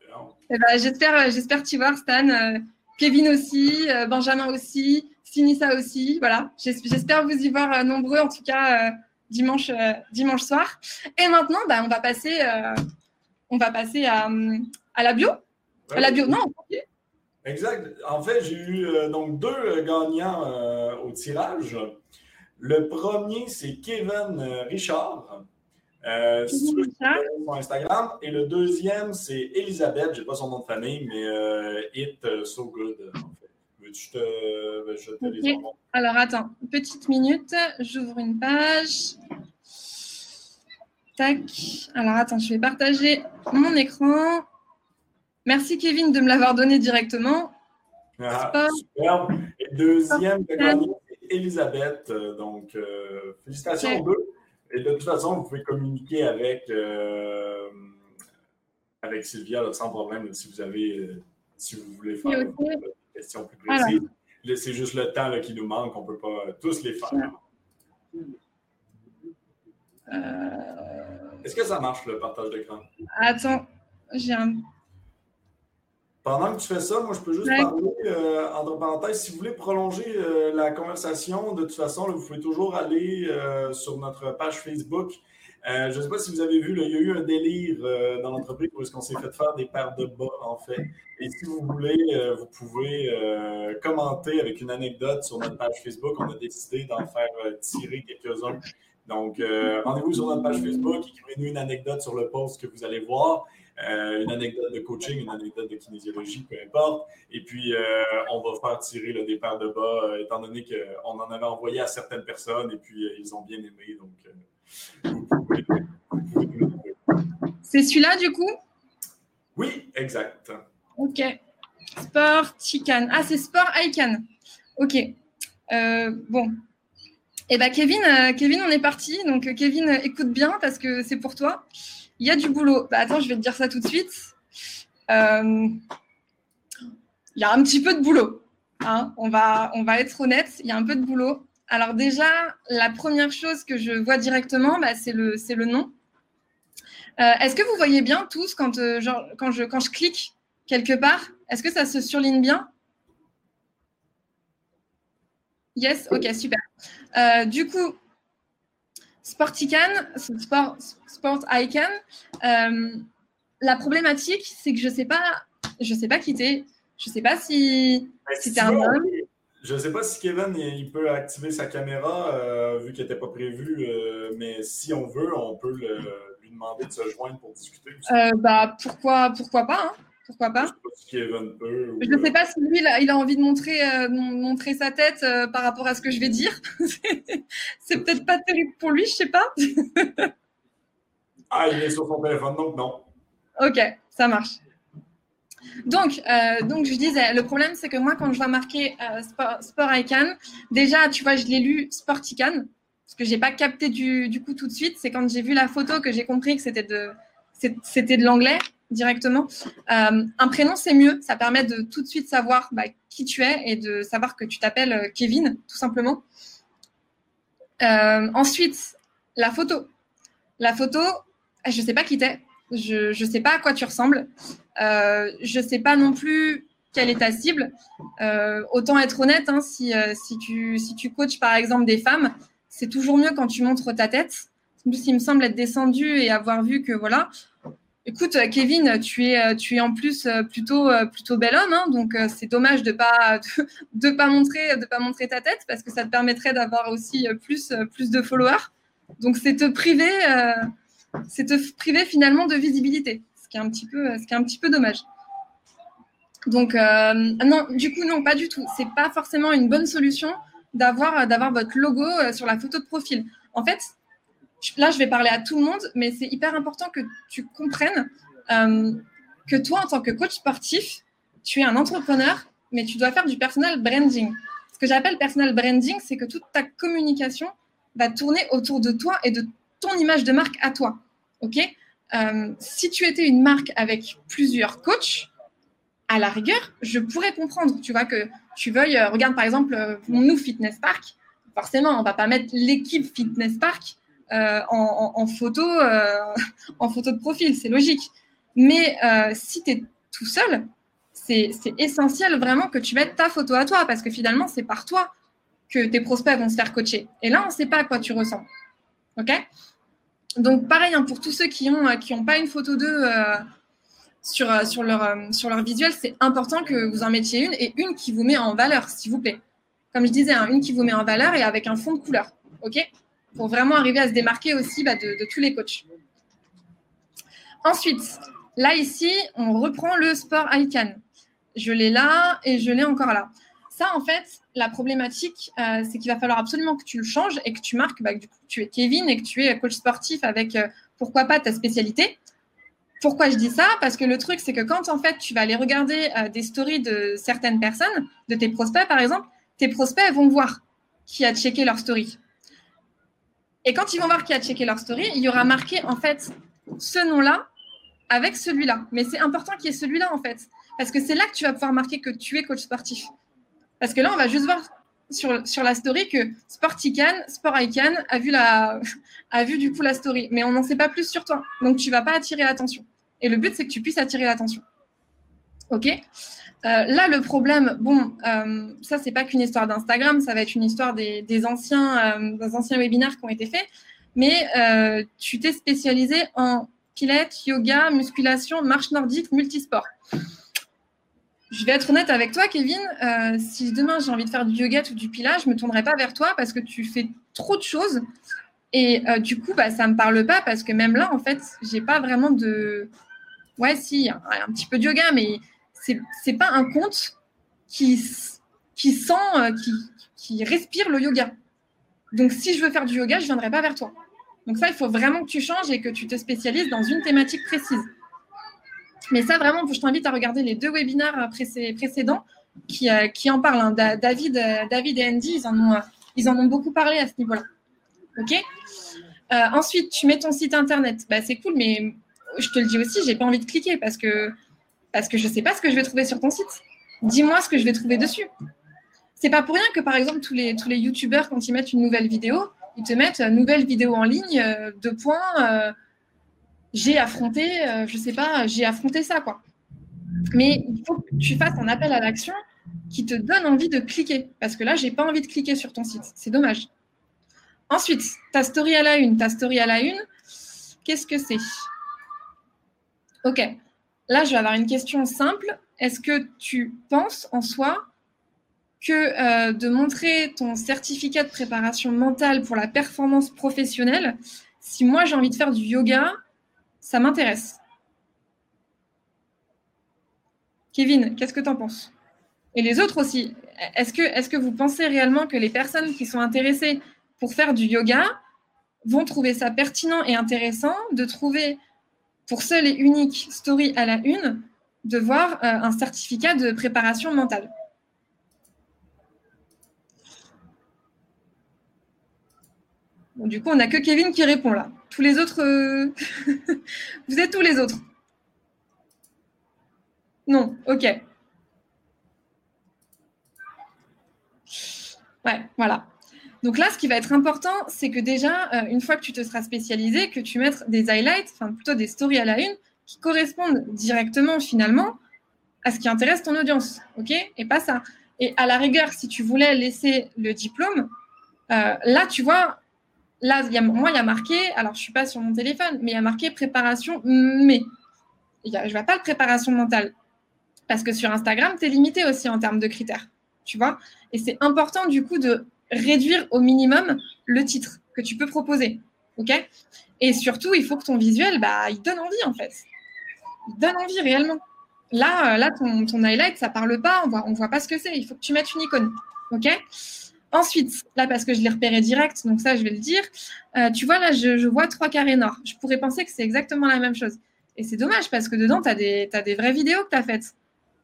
Et ben, j'espère, j'espère t'y voir, Stan. Euh, Kevin aussi, euh, Benjamin aussi, Sinissa aussi. Voilà. J'espère vous y voir euh, nombreux, en tout cas, euh, dimanche, euh, dimanche soir. Et maintenant, bah, on va passer, euh, on va passer à, à la bio. Ouais, à la bio, non, ok. Exact. En fait, j'ai eu euh, donc deux euh, gagnants euh, au tirage. Le premier, c'est Kevin euh, Richard. Euh, si tu veux, sur Instagram. Et le deuxième, c'est Elisabeth. Je n'ai pas son nom de famille, mais euh, It uh, So Good. En fait. Veux-tu te, je te okay. les envoie? Alors, attends, une petite minute. J'ouvre une page. Tac. Alors, attends, je vais partager mon écran. Merci, Kevin, de me l'avoir donné directement. Ah, superbe. Et le deuxième gagnant, c'est Elisabeth. Donc, euh, félicitations aux deux. Et de toute façon, vous pouvez communiquer avec, euh, avec Sylvia là, sans problème si vous avez, euh, si vous voulez faire okay. une question plus précise. Voilà. C'est juste le temps là, qui nous manque, on ne peut pas tous les faire. Euh... Est-ce que ça marche le partage d'écran? Attends, j'ai un. Pendant que tu fais ça, moi, je peux juste ouais. parler, euh, entre parenthèses, si vous voulez prolonger euh, la conversation, de toute façon, là, vous pouvez toujours aller euh, sur notre page Facebook. Euh, je ne sais pas si vous avez vu, là, il y a eu un délire euh, dans l'entreprise où est-ce qu'on s'est fait faire des paires de bas, en fait. Et si vous voulez, euh, vous pouvez euh, commenter avec une anecdote sur notre page Facebook. On a décidé d'en faire euh, tirer quelques-uns. Donc, euh, rendez-vous sur notre page Facebook, écrivez-nous une anecdote sur le post que vous allez voir. Euh, une anecdote de coaching, une anecdote de kinésiologie, peu importe. Et puis, euh, on va faire tirer là, des paires de bas, euh, étant donné qu'on en avait envoyé à certaines personnes et puis euh, ils ont bien aimé. Donc, euh, vous pouvez, vous pouvez... C'est celui-là, du coup? Oui, exact. OK. Sport Chican. Ah, c'est Sport Icon. OK. Euh, bon. Eh bien, Kevin, euh, Kevin, on est parti. Donc, Kevin, écoute bien parce que c'est pour toi. Il y a du boulot. Bah, attends, je vais te dire ça tout de suite. Euh, il y a un petit peu de boulot. Hein, on va, on va être honnête. Il y a un peu de boulot. Alors déjà, la première chose que je vois directement, bah, c'est le, c'est le nom. Euh, est-ce que vous voyez bien tous quand, euh, genre, quand, je, quand je clique quelque part? Est-ce que ça se surligne bien? Yes, ok, super. Euh, du coup, Sportican, Sport, Sport Icon. Euh, la problématique, c'est que je ne sais pas, je sais pas qui t'es. Je ne sais pas si, si t'es un homme. Je ne sais pas si Kevin il peut activer sa caméra euh, vu qu'elle n'était pas prévue, euh, mais si on veut, on peut le, lui demander de se joindre pour discuter. Euh, bah pourquoi, pourquoi pas, hein? Pourquoi pas? Je ne sais pas si Kevin peut. Ou, je ne sais pas si lui, il a, il a envie de montrer, euh, montrer sa tête euh, par rapport à ce que je vais dire. C'est peut-être pas terrible pour lui, je ne sais pas. Ah, il est sur son téléphone, donc non. Ok, ça marche. Donc, euh, donc, je disais, le problème, c'est que moi, quand je vois marquer euh, Sport, Sport Icon, déjà, tu vois, je l'ai lu Sportican, parce que je n'ai pas capté du, du coup tout de suite. C'est quand j'ai vu la photo que j'ai compris que c'était de, c'était de l'anglais directement. Euh, un prénom, c'est mieux. Ça permet de tout de suite savoir bah, qui tu es et de savoir que tu t'appelles Kevin, tout simplement. Euh, ensuite, la photo. La photo, je ne sais pas qui t'es. Je ne sais pas à quoi tu ressembles. Euh, je ne sais pas non plus quelle est ta cible. Euh, autant être honnête, hein, si, euh, si, tu, si tu coaches par exemple des femmes, c'est toujours mieux quand tu montres ta tête. En plus, il me semble être descendu et avoir vu que voilà. Écoute, Kevin, tu es, tu es en plus plutôt, plutôt bel homme, hein, donc c'est dommage de ne pas, de, de pas montrer, de pas montrer ta tête parce que ça te permettrait d'avoir aussi plus, plus de followers. Donc, c'est te priver, euh, c'est te priver finalement de visibilité, ce qui est un petit peu, ce qui est un petit peu dommage. Donc, euh, non, du coup, non, pas du tout. C'est pas forcément une bonne solution d'avoir, d'avoir votre logo sur la photo de profil. En fait, là, je vais parler à tout le monde, mais c'est hyper important que tu comprennes euh, que toi, en tant que coach sportif, tu es un entrepreneur, mais tu dois faire du personal branding. Ce que j'appelle personal branding, c'est que toute ta communication va tourner autour de toi et de ton image de marque à toi. Ok ? Euh, si tu étais une marque avec plusieurs coachs, à la rigueur, je pourrais comprendre, tu vois, que tu veuilles, euh, regarde par exemple, euh, nous, Fitness Park, forcément, on ne va pas mettre l'équipe Fitness Park Euh, en, en, en, photo, euh, en photo de profil, c'est logique. Mais euh, si tu es tout seul, c'est essentiel vraiment que tu mettes ta photo à toi parce que finalement, c'est par toi que tes prospects vont se faire coacher. Et là, on ne sait pas à quoi tu ressembles. OK ? Donc, pareil, hein, pour tous ceux qui n'ont qui ont pas une photo d'eux euh, sur, sur, leur, euh, sur leur visuel, c'est important que vous en mettiez une et une qui vous met en valeur, s'il vous plaît. Comme je disais, hein, une qui vous met en valeur et avec un fond de couleur. OK ? Pour vraiment arriver à se démarquer aussi bah, de, de tous les coachs. Ensuite, là, ici, on reprend le Sport Icon. Je l'ai là et je l'ai encore là. Ça, en fait, la problématique, euh, c'est qu'il va falloir absolument que tu le changes et que tu marques bah, que du coup, tu es Kevin et que tu es coach sportif avec, euh, pourquoi pas, ta spécialité. Pourquoi je dis ça? Parce que le truc, c'est que quand, en fait, tu vas aller regarder euh, des stories de certaines personnes, de tes prospects, par exemple, tes prospects vont voir qui a checké leur story. Et quand ils vont voir qui a checké leur story, il y aura marqué, en fait, ce nom-là avec celui-là. Mais c'est important qu'il y ait celui-là, en fait. Parce que c'est là que tu vas pouvoir marquer que tu es coach sportif. Parce que là, on va juste voir sur, sur la story que Sportican, Sport Icon a vu, la, a vu du coup la story. Mais on n'en sait pas plus sur toi. Donc, tu ne vas pas attirer l'attention. Et le but, c'est que tu puisses attirer l'attention. Ok. Euh, là, le problème, bon, euh, ça, c'est pas qu'une histoire d'Instagram, ça va être une histoire des, des, anciens, euh, des anciens webinaires qui ont été faits, mais euh, tu t'es spécialisé en pilates, yoga, musculation, marche nordique, multisport. Je vais être honnête avec toi, Kevin, euh, si demain j'ai envie de faire du yoga ou du pilates, je me tournerai pas vers toi parce que tu fais trop de choses et euh, du coup, bah, ça me parle pas parce que même là, en fait, j'ai pas vraiment de... Ouais, si, un, un petit peu de yoga, mais c'est, c'est pas un compte qui, qui sent, euh, qui, qui respire le yoga. Donc, si je veux faire du yoga, je viendrai pas vers toi. Donc ça, il faut vraiment que tu changes et que tu te spécialises dans une thématique précise. Mais ça, vraiment, je t'invite à regarder les deux webinaires précé- précédents qui, euh, qui en parlent. Hein. David, euh, David et Andy, ils en, ont, euh, ils en ont beaucoup parlé à ce niveau-là. OK ? euh, Ensuite, tu mets ton site internet. Bah, c'est cool, mais je te le dis aussi, j'ai pas envie de cliquer parce que, parce que je sais pas ce que je vais trouver sur ton site. Dis-moi ce que je vais trouver dessus. C'est pas pour rien que, par exemple, tous les, tous les youtubeurs, quand ils mettent une nouvelle vidéo, ils te mettent une nouvelle vidéo en ligne, euh, deux points... Euh, j'ai affronté, euh, je sais pas, j'ai affronté ça, quoi. Mais il faut que tu fasses un appel à l'action qui te donne envie de cliquer. Parce que là, j'ai pas envie de cliquer sur ton site. C'est dommage. Ensuite, ta story à la une. Ta story à la une, qu'est-ce que c'est ? Ok. Là, je vais avoir une question simple. Est-ce que tu penses en soi que euh, de montrer ton certificat de préparation mentale pour la performance professionnelle, si moi j'ai envie de faire du yoga, ça m'intéresse. Kevin, qu'est-ce que tu en penses ? Et les autres aussi. Est-ce que, est-ce que vous pensez réellement que les personnes qui sont intéressées pour faire du yoga vont trouver ça pertinent et intéressant de trouver, pour seul et unique story à la une, de voir euh, un certificat de préparation mentale ? Bon, du coup, on n'a que Kevin qui répond là. Tous les autres, euh... vous êtes tous les autres. Non, ok. Ouais, voilà. Donc là, ce qui va être important, c'est que déjà, euh, une fois que tu te seras spécialisé, que tu mettes des highlights, enfin plutôt des stories à la une, qui correspondent directement finalement à ce qui intéresse ton audience, ok ? Et pas ça. Et à la rigueur, si tu voulais laisser le diplôme, euh, là, tu vois, là, y a, moi, il y a marqué, alors je suis pas sur mon téléphone, mais il y a marqué préparation, mais y a, je ne vois pas de préparation mentale. Parce que sur Instagram, tu es limité aussi en termes de critères, tu vois ? Et c'est important du coup de réduire au minimum le titre que tu peux proposer, ok ? Et surtout, il faut que ton visuel, bah, il donne envie en fait. Il donne envie réellement. Là, là ton, ton highlight, ça parle pas, on voit, on voit pas ce que c'est. Il faut que tu mettes une icône, ok ? Ensuite, là, parce que je l'ai repéré direct, donc ça, je vais le dire. Euh, tu vois, là, je, je vois trois carrés noirs. Je pourrais penser que c'est exactement la même chose. Et c'est dommage parce que dedans, tu as des, t'as des vraies vidéos que tu as faites.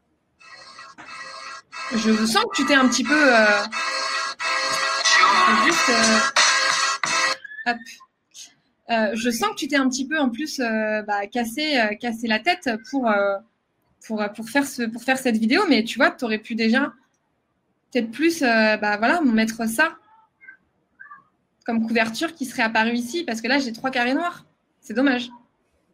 Je sens que tu t'es un petit peu... Euh, juste... Euh, hop. Euh, je sens que tu t'es un petit peu, en plus, euh, bah, cassé, euh, cassé la tête pour, euh, pour, pour, faire ce, pour faire cette vidéo. Mais tu vois, tu aurais pu déjà peut-être plus euh, bah, voilà, mettre ça comme couverture qui serait apparue ici. Parce que là, j'ai trois carrés noirs. C'est dommage. Ok ?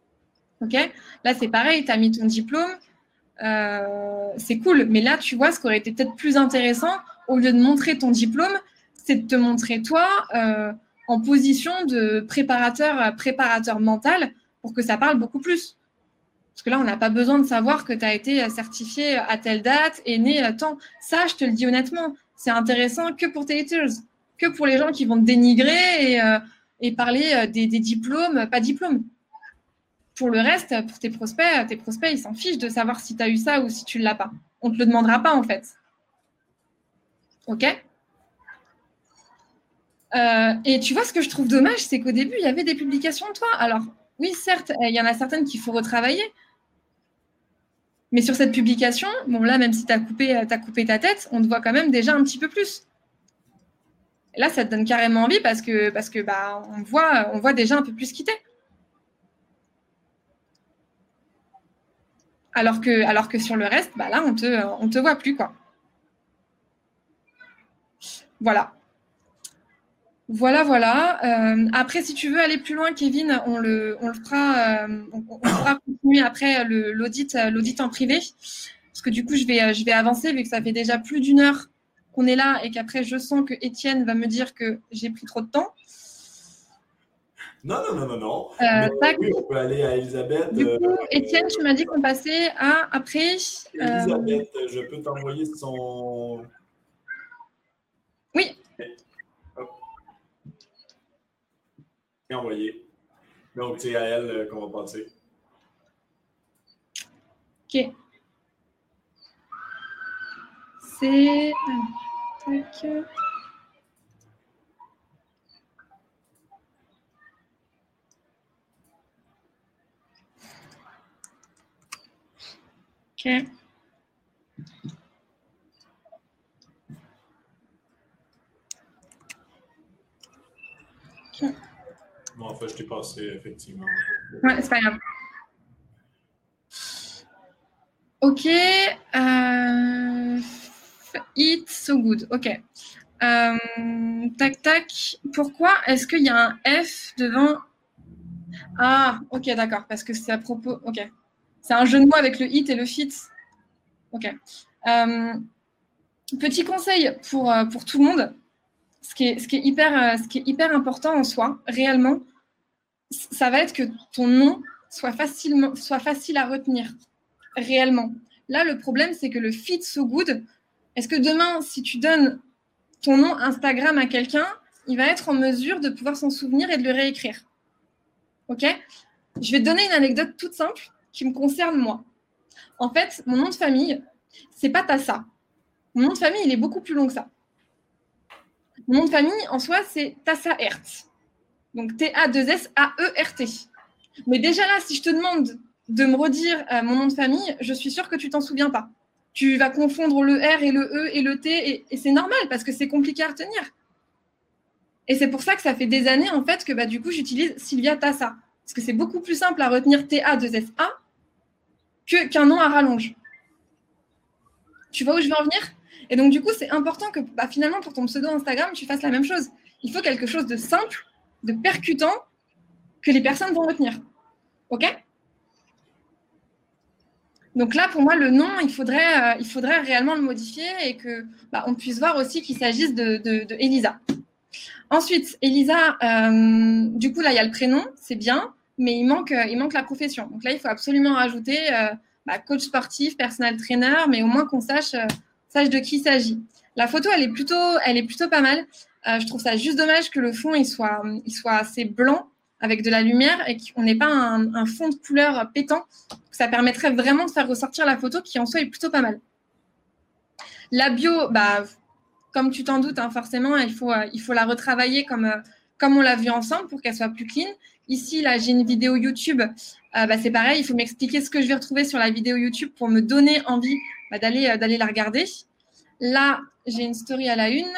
Là, c'est pareil. Tu as mis ton diplôme. Euh, c'est cool, mais là, tu vois, ce qui aurait été peut-être plus intéressant, au lieu de montrer ton diplôme, c'est de te montrer toi euh, en position de préparateur, préparateur mental pour que ça parle beaucoup plus. Parce que là, on n'a pas besoin de savoir que tu as été certifié à telle date et né à tant. Ça, je te le dis honnêtement, c'est intéressant que pour tes haters, que pour les gens qui vont te dénigrer et, euh, et parler des, des diplômes, pas diplômes. Pour le reste, pour tes prospects, tes prospects, ils s'en fichent de savoir si tu as eu ça ou si tu ne l'as pas. On ne te le demandera pas, en fait. OK ? euh, Et tu vois, ce que je trouve dommage, c'est qu'au début, il y avait des publications de toi. Alors, oui, certes, il y en a certaines qu'il faut retravailler. Mais sur cette publication, bon, là, même si tu as coupé, t'as coupé ta tête, on te voit quand même déjà un petit peu plus. Et là, ça te donne carrément envie parce que, parce que bah, on, voit, on voit déjà un peu plus qui t'es. Alors que, alors que sur le reste, bah là, on te, on te voit plus, quoi. Voilà. Voilà, voilà. Euh, après, si tu veux aller plus loin, Kevin, on le, on le fera, euh, on, on pourra continuer après le, l'audit, l'audit en privé. parce que du coup, je vais, je vais avancer vu que ça fait déjà plus d'une heure qu'on est là et qu'après, je sens que Étienne va me dire que j'ai pris trop de temps. Non, non, non, non, non. Euh, Mais, oui, on peut aller à Elisabeth. Du coup, euh, Étienne, tu m'as dit qu'on passait à après. Elisabeth, euh... je peux t'envoyer son. Oui. Hop. Et envoyé. Donc, c'est à elle euh, qu'on va passer. Ok. C'est. Tac. Ok. Ok. Bon, en fait, je t'ai passé, effectivement. Ouais, c'est pas grave. Ok. Euh... Eat so good. Ok. Euh... Tac, tac. Pourquoi est-ce qu'il y a un F devant... Ah, ok, d'accord. Parce que c'est à propos... Ok. C'est un jeu de mots avec le hit et le fit. Ok. Euh... Petit conseil pour, pour tout le monde. Ce qui est, ce qui est hyper, ce qui est hyper important en soi, réellement, ça va être que ton nom soit, facilement, soit facile à retenir, réellement. Là, le problème, c'est que le fit so good, est-ce que demain, si tu donnes ton nom Instagram à quelqu'un, il va être en mesure de pouvoir s'en souvenir et de le réécrire? Ok? Je vais te donner une anecdote toute simple qui me concerne moi. En fait, mon nom de famille, c'est pas Tassa. Mon nom de famille, il est beaucoup plus long que ça. Mon nom de famille, en soi, c'est Tassaert. Donc T A deux S A E R T. Mais déjà là, si je te demande de me redire euh, mon nom de famille, je suis sûre que tu t'en souviens pas. Tu vas confondre le R et le E et le T, et, et c'est normal parce que c'est compliqué à retenir. Et c'est pour ça que ça fait des années, en fait, que bah, du coup, j'utilise Sylvia Tassa. Parce que c'est beaucoup plus simple à retenir T A deux S A que, qu'un nom à rallonge. Tu vois où je veux en venir? Et donc, du coup, c'est important que bah, finalement, pour ton pseudo Instagram, tu fasses la même chose. Il faut quelque chose de simple, de percutant, que les personnes vont retenir. OK? Donc là, pour moi, le nom, il faudrait, euh, il faudrait réellement le modifier et que bah, on puisse voir aussi qu'il s'agisse de, de, de Elisa. Ensuite, Elisa, euh, du coup, là, il y a le prénom, c'est bien, mais il manque, euh, il manque la profession. Donc là, il faut absolument rajouter euh, bah, coach sportif, personal trainer, mais au moins qu'on sache, euh, sache de qui il s'agit. La photo, elle est plutôt, elle est plutôt pas mal. Euh, je trouve ça juste dommage que le fond, il soit, il soit assez blanc avec de la lumière et qu'on n'ait pas un, un fond de couleur pétant. Ça permettrait vraiment de faire ressortir la photo qui, en soi, est plutôt pas mal. La bio, bah, comme tu t'en doutes, hein, forcément, il faut, euh, il faut la retravailler comme, euh, comme on l'a vu ensemble pour qu'elle soit plus clean. Ici, là, j'ai une vidéo YouTube. Euh, bah, c'est pareil, il faut m'expliquer ce que je vais retrouver sur la vidéo YouTube pour me donner envie bah, d'aller, euh, d'aller la regarder. Là, j'ai une story à la une.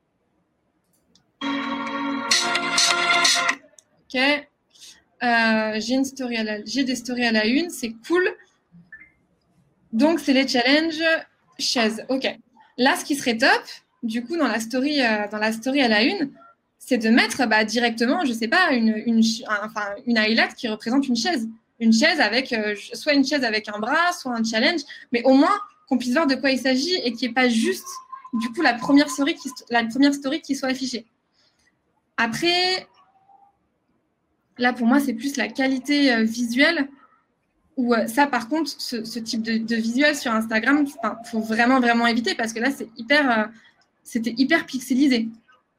Ok. Euh, j'ai une story à la, j'ai des stories à la une, c'est cool. Donc, c'est les challenges chaises. Ok. Là, ce qui serait top, du coup, dans la story, euh, dans la story à la une, c'est de mettre bah, directement, je sais pas, une, une, enfin, une highlight qui représente une chaise. Une chaise avec, euh, soit une chaise avec un bras, soit un challenge, mais au moins qu'on puisse voir de quoi il s'agit et qu'il n'y ait pas juste, du coup, la première story qui, la première story qui soit affichée. Après, là, pour moi, c'est plus la qualité euh, visuelle. Où euh, ça, par contre, ce, ce type de, de visuel sur Instagram, il faut vraiment, vraiment éviter parce que là, c'est hyper, euh, c'était hyper pixelisé.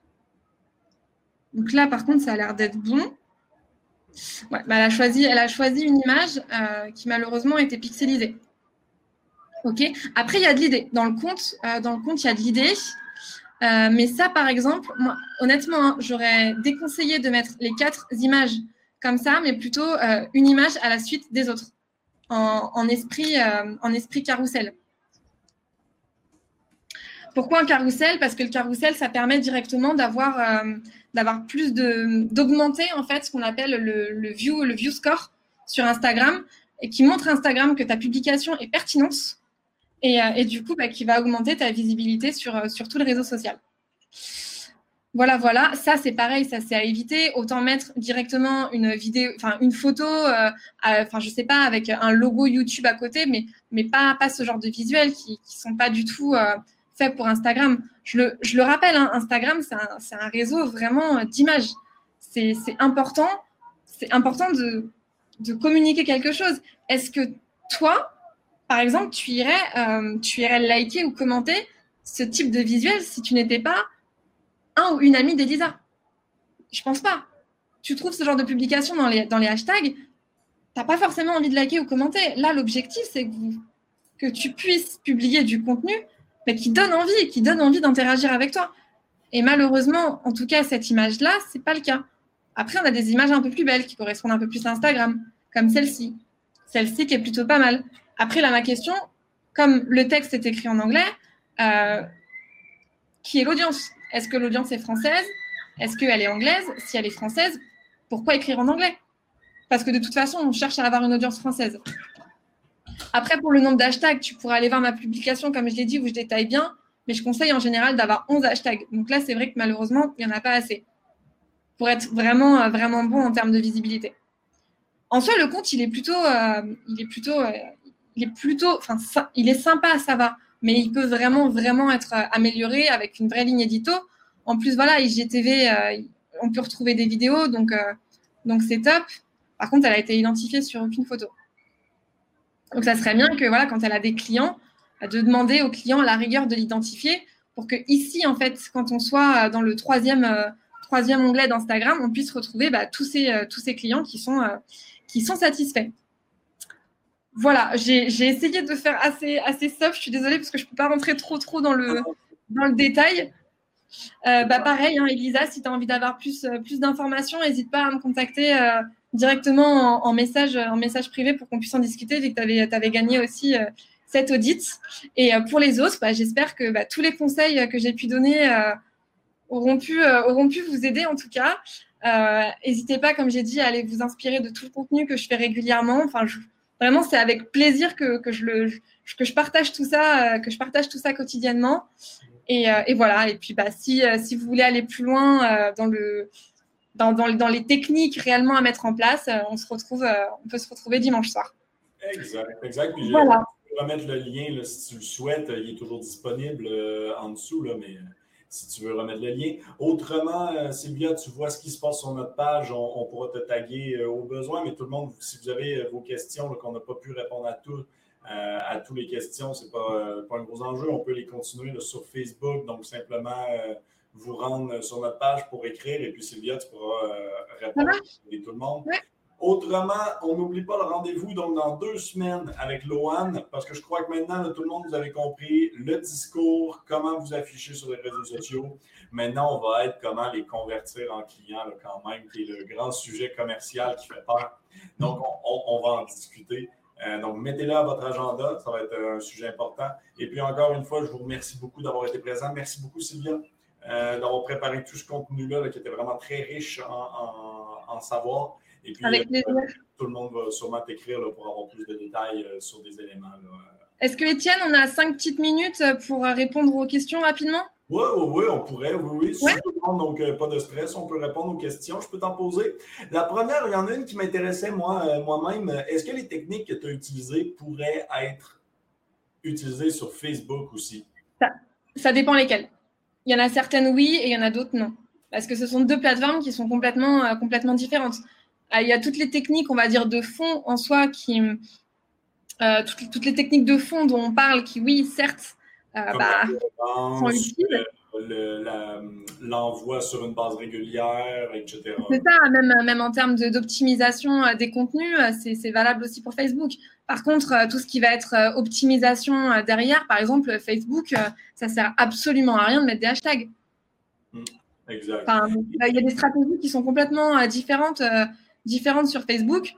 Donc là, par contre, ça a l'air d'être bon. Ouais, bah elle, a choisi, elle a choisi une image euh, qui, malheureusement, était pixelisée. OK. Après, il y a de l'idée. Dans le compte, euh, dans le compte, il y a de l'idée. Euh, mais ça, par exemple, moi, honnêtement, hein, j'aurais déconseillé de mettre les quatre images comme ça, mais plutôt euh, une image à la suite des autres. En, en, esprit, euh, en esprit carrousel. Pourquoi un carrousel? Parce que le carrousel, ça permet directement d'avoir euh, d'avoir plus de d'augmenter en fait ce qu'on appelle le, le view le view score sur Instagram et qui montre à Instagram que ta publication est pertinente et, euh, et du coup bah, qui va augmenter ta visibilité sur sur tout le réseau social. Voilà, voilà. Ça, c'est pareil, ça, c'est à éviter. Autant mettre directement une vidéo, enfin, une photo, euh, enfin, je sais pas, avec un logo YouTube à côté, mais, mais pas, pas ce genre de visuels qui, qui sont pas du tout euh, faits pour Instagram. Je le, je le rappelle, hein, Instagram, c'est un, c'est un réseau vraiment d'images. C'est, c'est important, c'est important de, de communiquer quelque chose. Est-ce que toi, par exemple, tu irais, euh, tu irais liker ou commenter ce type de visuel si tu n'étais pas un ou une amie d'Elisa? Je pense pas. Tu trouves ce genre de publication dans les, dans les hashtags, t'as pas forcément envie de liker ou commenter. Là, l'objectif, c'est que, vous, que tu puisses publier du contenu mais qui donne envie, qui donne envie d'interagir avec toi. Et malheureusement, en tout cas, cette image-là, c'est pas le cas. Après, on a des images un peu plus belles qui correspondent un peu plus à Instagram, comme celle-ci. Celle-ci qui est plutôt pas mal. Après, là, ma question, comme le texte est écrit en anglais, euh, qui est l'audience? Est-ce que l'audience est française? Est-ce qu'elle est anglaise? Si elle est française, pourquoi écrire en anglais? Parce que de toute façon, on cherche à avoir une audience française. Après, pour le nombre d'hashtags, tu pourras aller voir ma publication, comme je l'ai dit, où je détaille bien, mais je conseille en général d'avoir onze hashtags. Donc là, c'est vrai que malheureusement, il n'y en a pas assez pour être vraiment, vraiment bon en termes de visibilité. En soi, le compte, il est plutôt, euh, il est plutôt, euh, il est plutôt, enfin, il est sympa, ça va, mais il peut vraiment, vraiment être amélioré avec une vraie ligne édito. En plus, voilà, I G T V, euh, on peut retrouver des vidéos, donc, euh, donc c'est top. Par contre, elle a été identifiée sur aucune photo. Donc, ça serait bien que, voilà, quand elle a des clients, de demander aux clients à la rigueur de l'identifier pour que ici, en fait, quand on soit dans le troisième, euh, troisième onglet d'Instagram, on puisse retrouver bah, tous ces, euh, tous ces clients qui sont, euh, qui sont satisfaits. Voilà, j'ai, j'ai essayé de faire assez, assez soft. Je suis désolée parce que je ne peux pas rentrer trop, trop dans le, dans le détail. Euh, bah, pareil, hein, Elisa, si tu as envie d'avoir plus, plus d'informations, n'hésite pas à me contacter euh, directement en, en, message, en message privé pour qu'on puisse en discuter, vu que tu avais gagné aussi euh, cette audit. Et euh, pour les autres, bah, j'espère que bah, tous les conseils que j'ai pu donner euh, auront, pu, euh, auront pu vous aider en tout cas. N'hésitez euh, pas, comme j'ai dit, à aller vous inspirer de tout le contenu que je fais régulièrement. Enfin, je, vraiment, c'est avec plaisir que, que, je le, que je partage tout ça, euh, que je partage tout ça quotidiennement. Et, euh, et voilà. Et puis, bah, si, euh, si vous voulez aller plus loin euh, dans, le, dans, dans, dans les techniques réellement à mettre en place, euh, on, se retrouve, euh, on peut se retrouver dimanche soir. Exact, exact. Puis, voilà. Je peux remettre le lien là, si tu le souhaites. Il est toujours disponible euh, en dessous, là, mais euh, si tu veux remettre le lien. Autrement, euh, Sylvia, tu vois ce qui se passe sur notre page. On, on pourra te taguer euh, au besoin, mais tout le monde, si vous avez euh, vos questions, là, qu'on n'a pas pu répondre à tout, Euh, à toutes les questions, ce n'est pas, euh, pas un gros enjeu. On peut les continuer là, sur Facebook. Donc, simplement euh, vous rendre sur notre page pour écrire. Et puis, Sylvia, tu pourras euh, répondre à tout le monde. Ouais. Autrement, on n'oublie pas le rendez-vous donc dans deux semaines avec Loan, parce que je crois que maintenant, là, tout le monde, vous avez compris le discours, comment vous afficher sur les réseaux sociaux. Maintenant, on va être comment les convertir en clients là, quand même, qui est le grand sujet commercial qui fait peur. Donc, on, on, on va en discuter. Euh, donc, mettez-le à votre agenda, ça va être un sujet important. Et puis, encore une fois, je vous remercie beaucoup d'avoir été présent. Merci beaucoup, Sylvia, euh, d'avoir préparé tout ce contenu-là là, qui était vraiment très riche en, en, en savoir. Et puis, Avec euh, tout le monde va sûrement t'écrire là, pour avoir plus de détails euh, sur des éléments. Là. Est-ce que, Étienne, on a cinq petites minutes pour répondre aux questions rapidement? Oui, oui, oui, on pourrait, oui, oui. Ouais. Donc, euh, pas de stress, on peut répondre aux questions. Je peux t'en poser. La première, il y en a une qui m'intéressait moi, euh, moi-même. Est-ce que les techniques que tu as utilisées pourraient être utilisées sur Facebook aussi? Ça, ça dépend lesquelles. Il y en a certaines, oui, et il y en a d'autres, non. Parce que ce sont deux plateformes qui sont complètement, euh, complètement différentes. Euh, il y a toutes les techniques, on va dire, de fond en soi, qui, euh, toutes, toutes les techniques de fond dont on parle, qui, oui, certes, euh, bah, banque, sont utiles. Le, la, l'envoi sur une base régulière, et cetera. C'est ça, même, même en termes de, d'optimisation des contenus, c'est, c'est valable aussi pour Facebook. Par contre, tout ce qui va être optimisation derrière, par exemple, Facebook, ça ne sert absolument à rien de mettre des hashtags. Mmh, exact. Enfin, il y a des stratégies qui sont complètement différentes, euh, différentes sur Facebook.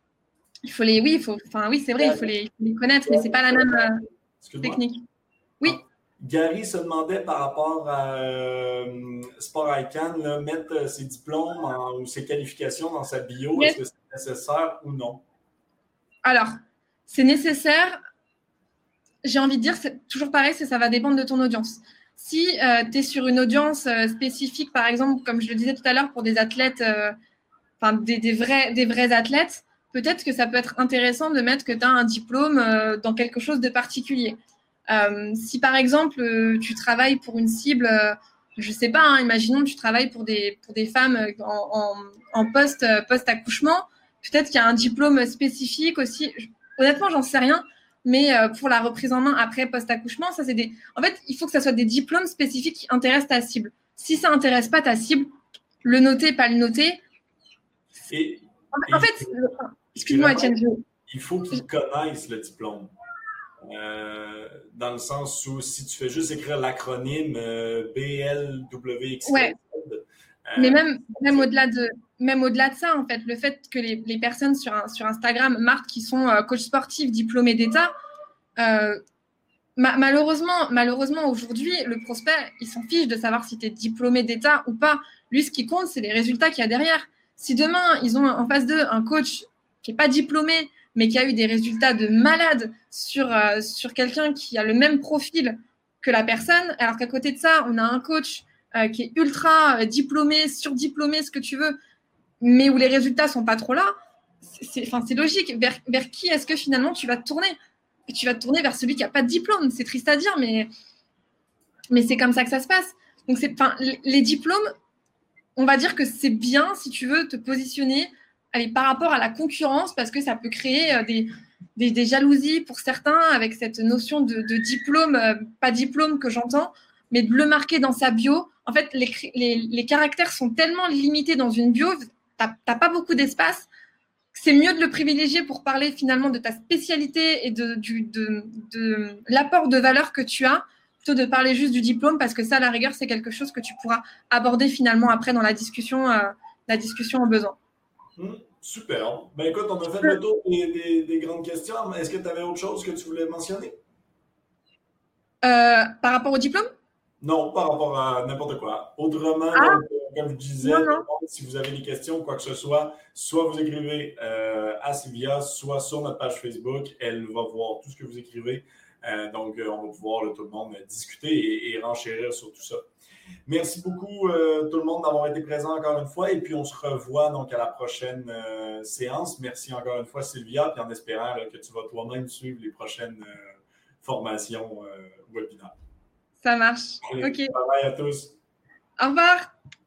Il faut les, oui, il faut, enfin, oui, c'est vrai, il faut les, il faut les connaître, mais ce n'est pas la même euh, technique. Oui. Gary se demandait par rapport à euh, Sport Icon, là, mettre ses diplômes en, ou ses qualifications dans sa bio. Yes. Est-ce que c'est nécessaire ou non? Alors, c'est nécessaire. J'ai envie de dire, c'est toujours pareil, c'est, ça va dépendre de ton audience. Si euh, tu es sur une audience euh, spécifique, par exemple, comme je le disais tout à l'heure, pour des athlètes, euh, enfin des, des, vrais, des vrais athlètes, peut-être que ça peut être intéressant de mettre que tu as un diplôme euh, dans quelque chose de particulier. Euh, si par exemple, euh, tu travailles pour une cible, euh, je sais pas, hein, imaginons que tu travailles pour des, pour des femmes en, en, en post, post-accouchement, peut-être qu'il y a un diplôme spécifique aussi. Honnêtement, j'en sais rien. Mais euh, pour la reprise en main après post-accouchement, ça c'est des. En fait, il faut que ça soit des diplômes spécifiques qui intéressent ta cible. Si ça intéresse pas ta cible, le noter, pas le noter. Et, en, en et fait, le... excuse-moi, Étienne. Je... Il faut qu'ils connaissent le diplôme. Euh, dans le sens où si tu fais juste écrire l'acronyme euh, B L W X. Ouais. Euh, Mais même, même au-delà de, même au-delà de ça, en fait, le fait que les, les personnes sur, un, sur Instagram marquent qu'ils sont euh, coachs sportifs diplômés d'État, euh, ma- malheureusement, malheureusement aujourd'hui, le prospect, il s'en fiche de savoir si tu es diplômé d'État ou pas. Lui, ce qui compte, c'est les résultats qu'il y a derrière. Si demain, ils ont en face d'eux un coach qui n'est pas diplômé, mais qui a eu des résultats de malade sur, euh, sur quelqu'un qui a le même profil que la personne, alors qu'à côté de ça, on a un coach euh, qui est ultra euh, diplômé, surdiplômé, ce que tu veux, mais où les résultats sont pas trop là, c'est, c'est, c'est logique. Vers, vers qui est-ce que finalement tu vas te tourner ? Et tu vas te tourner vers celui qui n'a pas de diplôme. C'est triste à dire, mais, mais c'est comme ça que ça se passe. Donc, c'est, les diplômes, on va dire que c'est bien si tu veux te positionner allez, par rapport à la concurrence, parce que ça peut créer euh, des, des, des jalousies pour certains avec cette notion de, de diplôme, euh, pas diplôme que j'entends, mais de le marquer dans sa bio. En fait, les, les, les caractères sont tellement limités dans une bio, tu n'as pas beaucoup d'espace. C'est mieux de le privilégier pour parler finalement de ta spécialité et de, du, de, de l'apport de valeur que tu as, plutôt de parler juste du diplôme, parce que ça, à la rigueur, c'est quelque chose que tu pourras aborder finalement après dans la discussion, euh, la discussion au besoin. Mmh, super. Ben écoute, on a fait le tour des, des, des grandes questions. Est-ce que tu avais autre chose que tu voulais mentionner? Euh, par rapport au diplôme? Non, par rapport à n'importe quoi. Autrement, ah, donc, comme je disais, non, non. si vous avez des questions ou quoi que ce soit, soit vous écrivez euh, à Sylvia, soit sur notre page Facebook. Elle va voir tout ce que vous écrivez. Euh, donc, euh, on va pouvoir, là, tout le monde, discuter et, et renchérir sur tout ça. Merci beaucoup, euh, tout le monde, d'avoir été présent encore une fois. Et puis, on se revoit donc à la prochaine euh, séance. Merci encore une fois, Sylvia, puis en espérant là, que tu vas toi-même suivre les prochaines euh, formations euh, webinaires. Ça marche. Allez, OK. Bye bye à tous. Au revoir.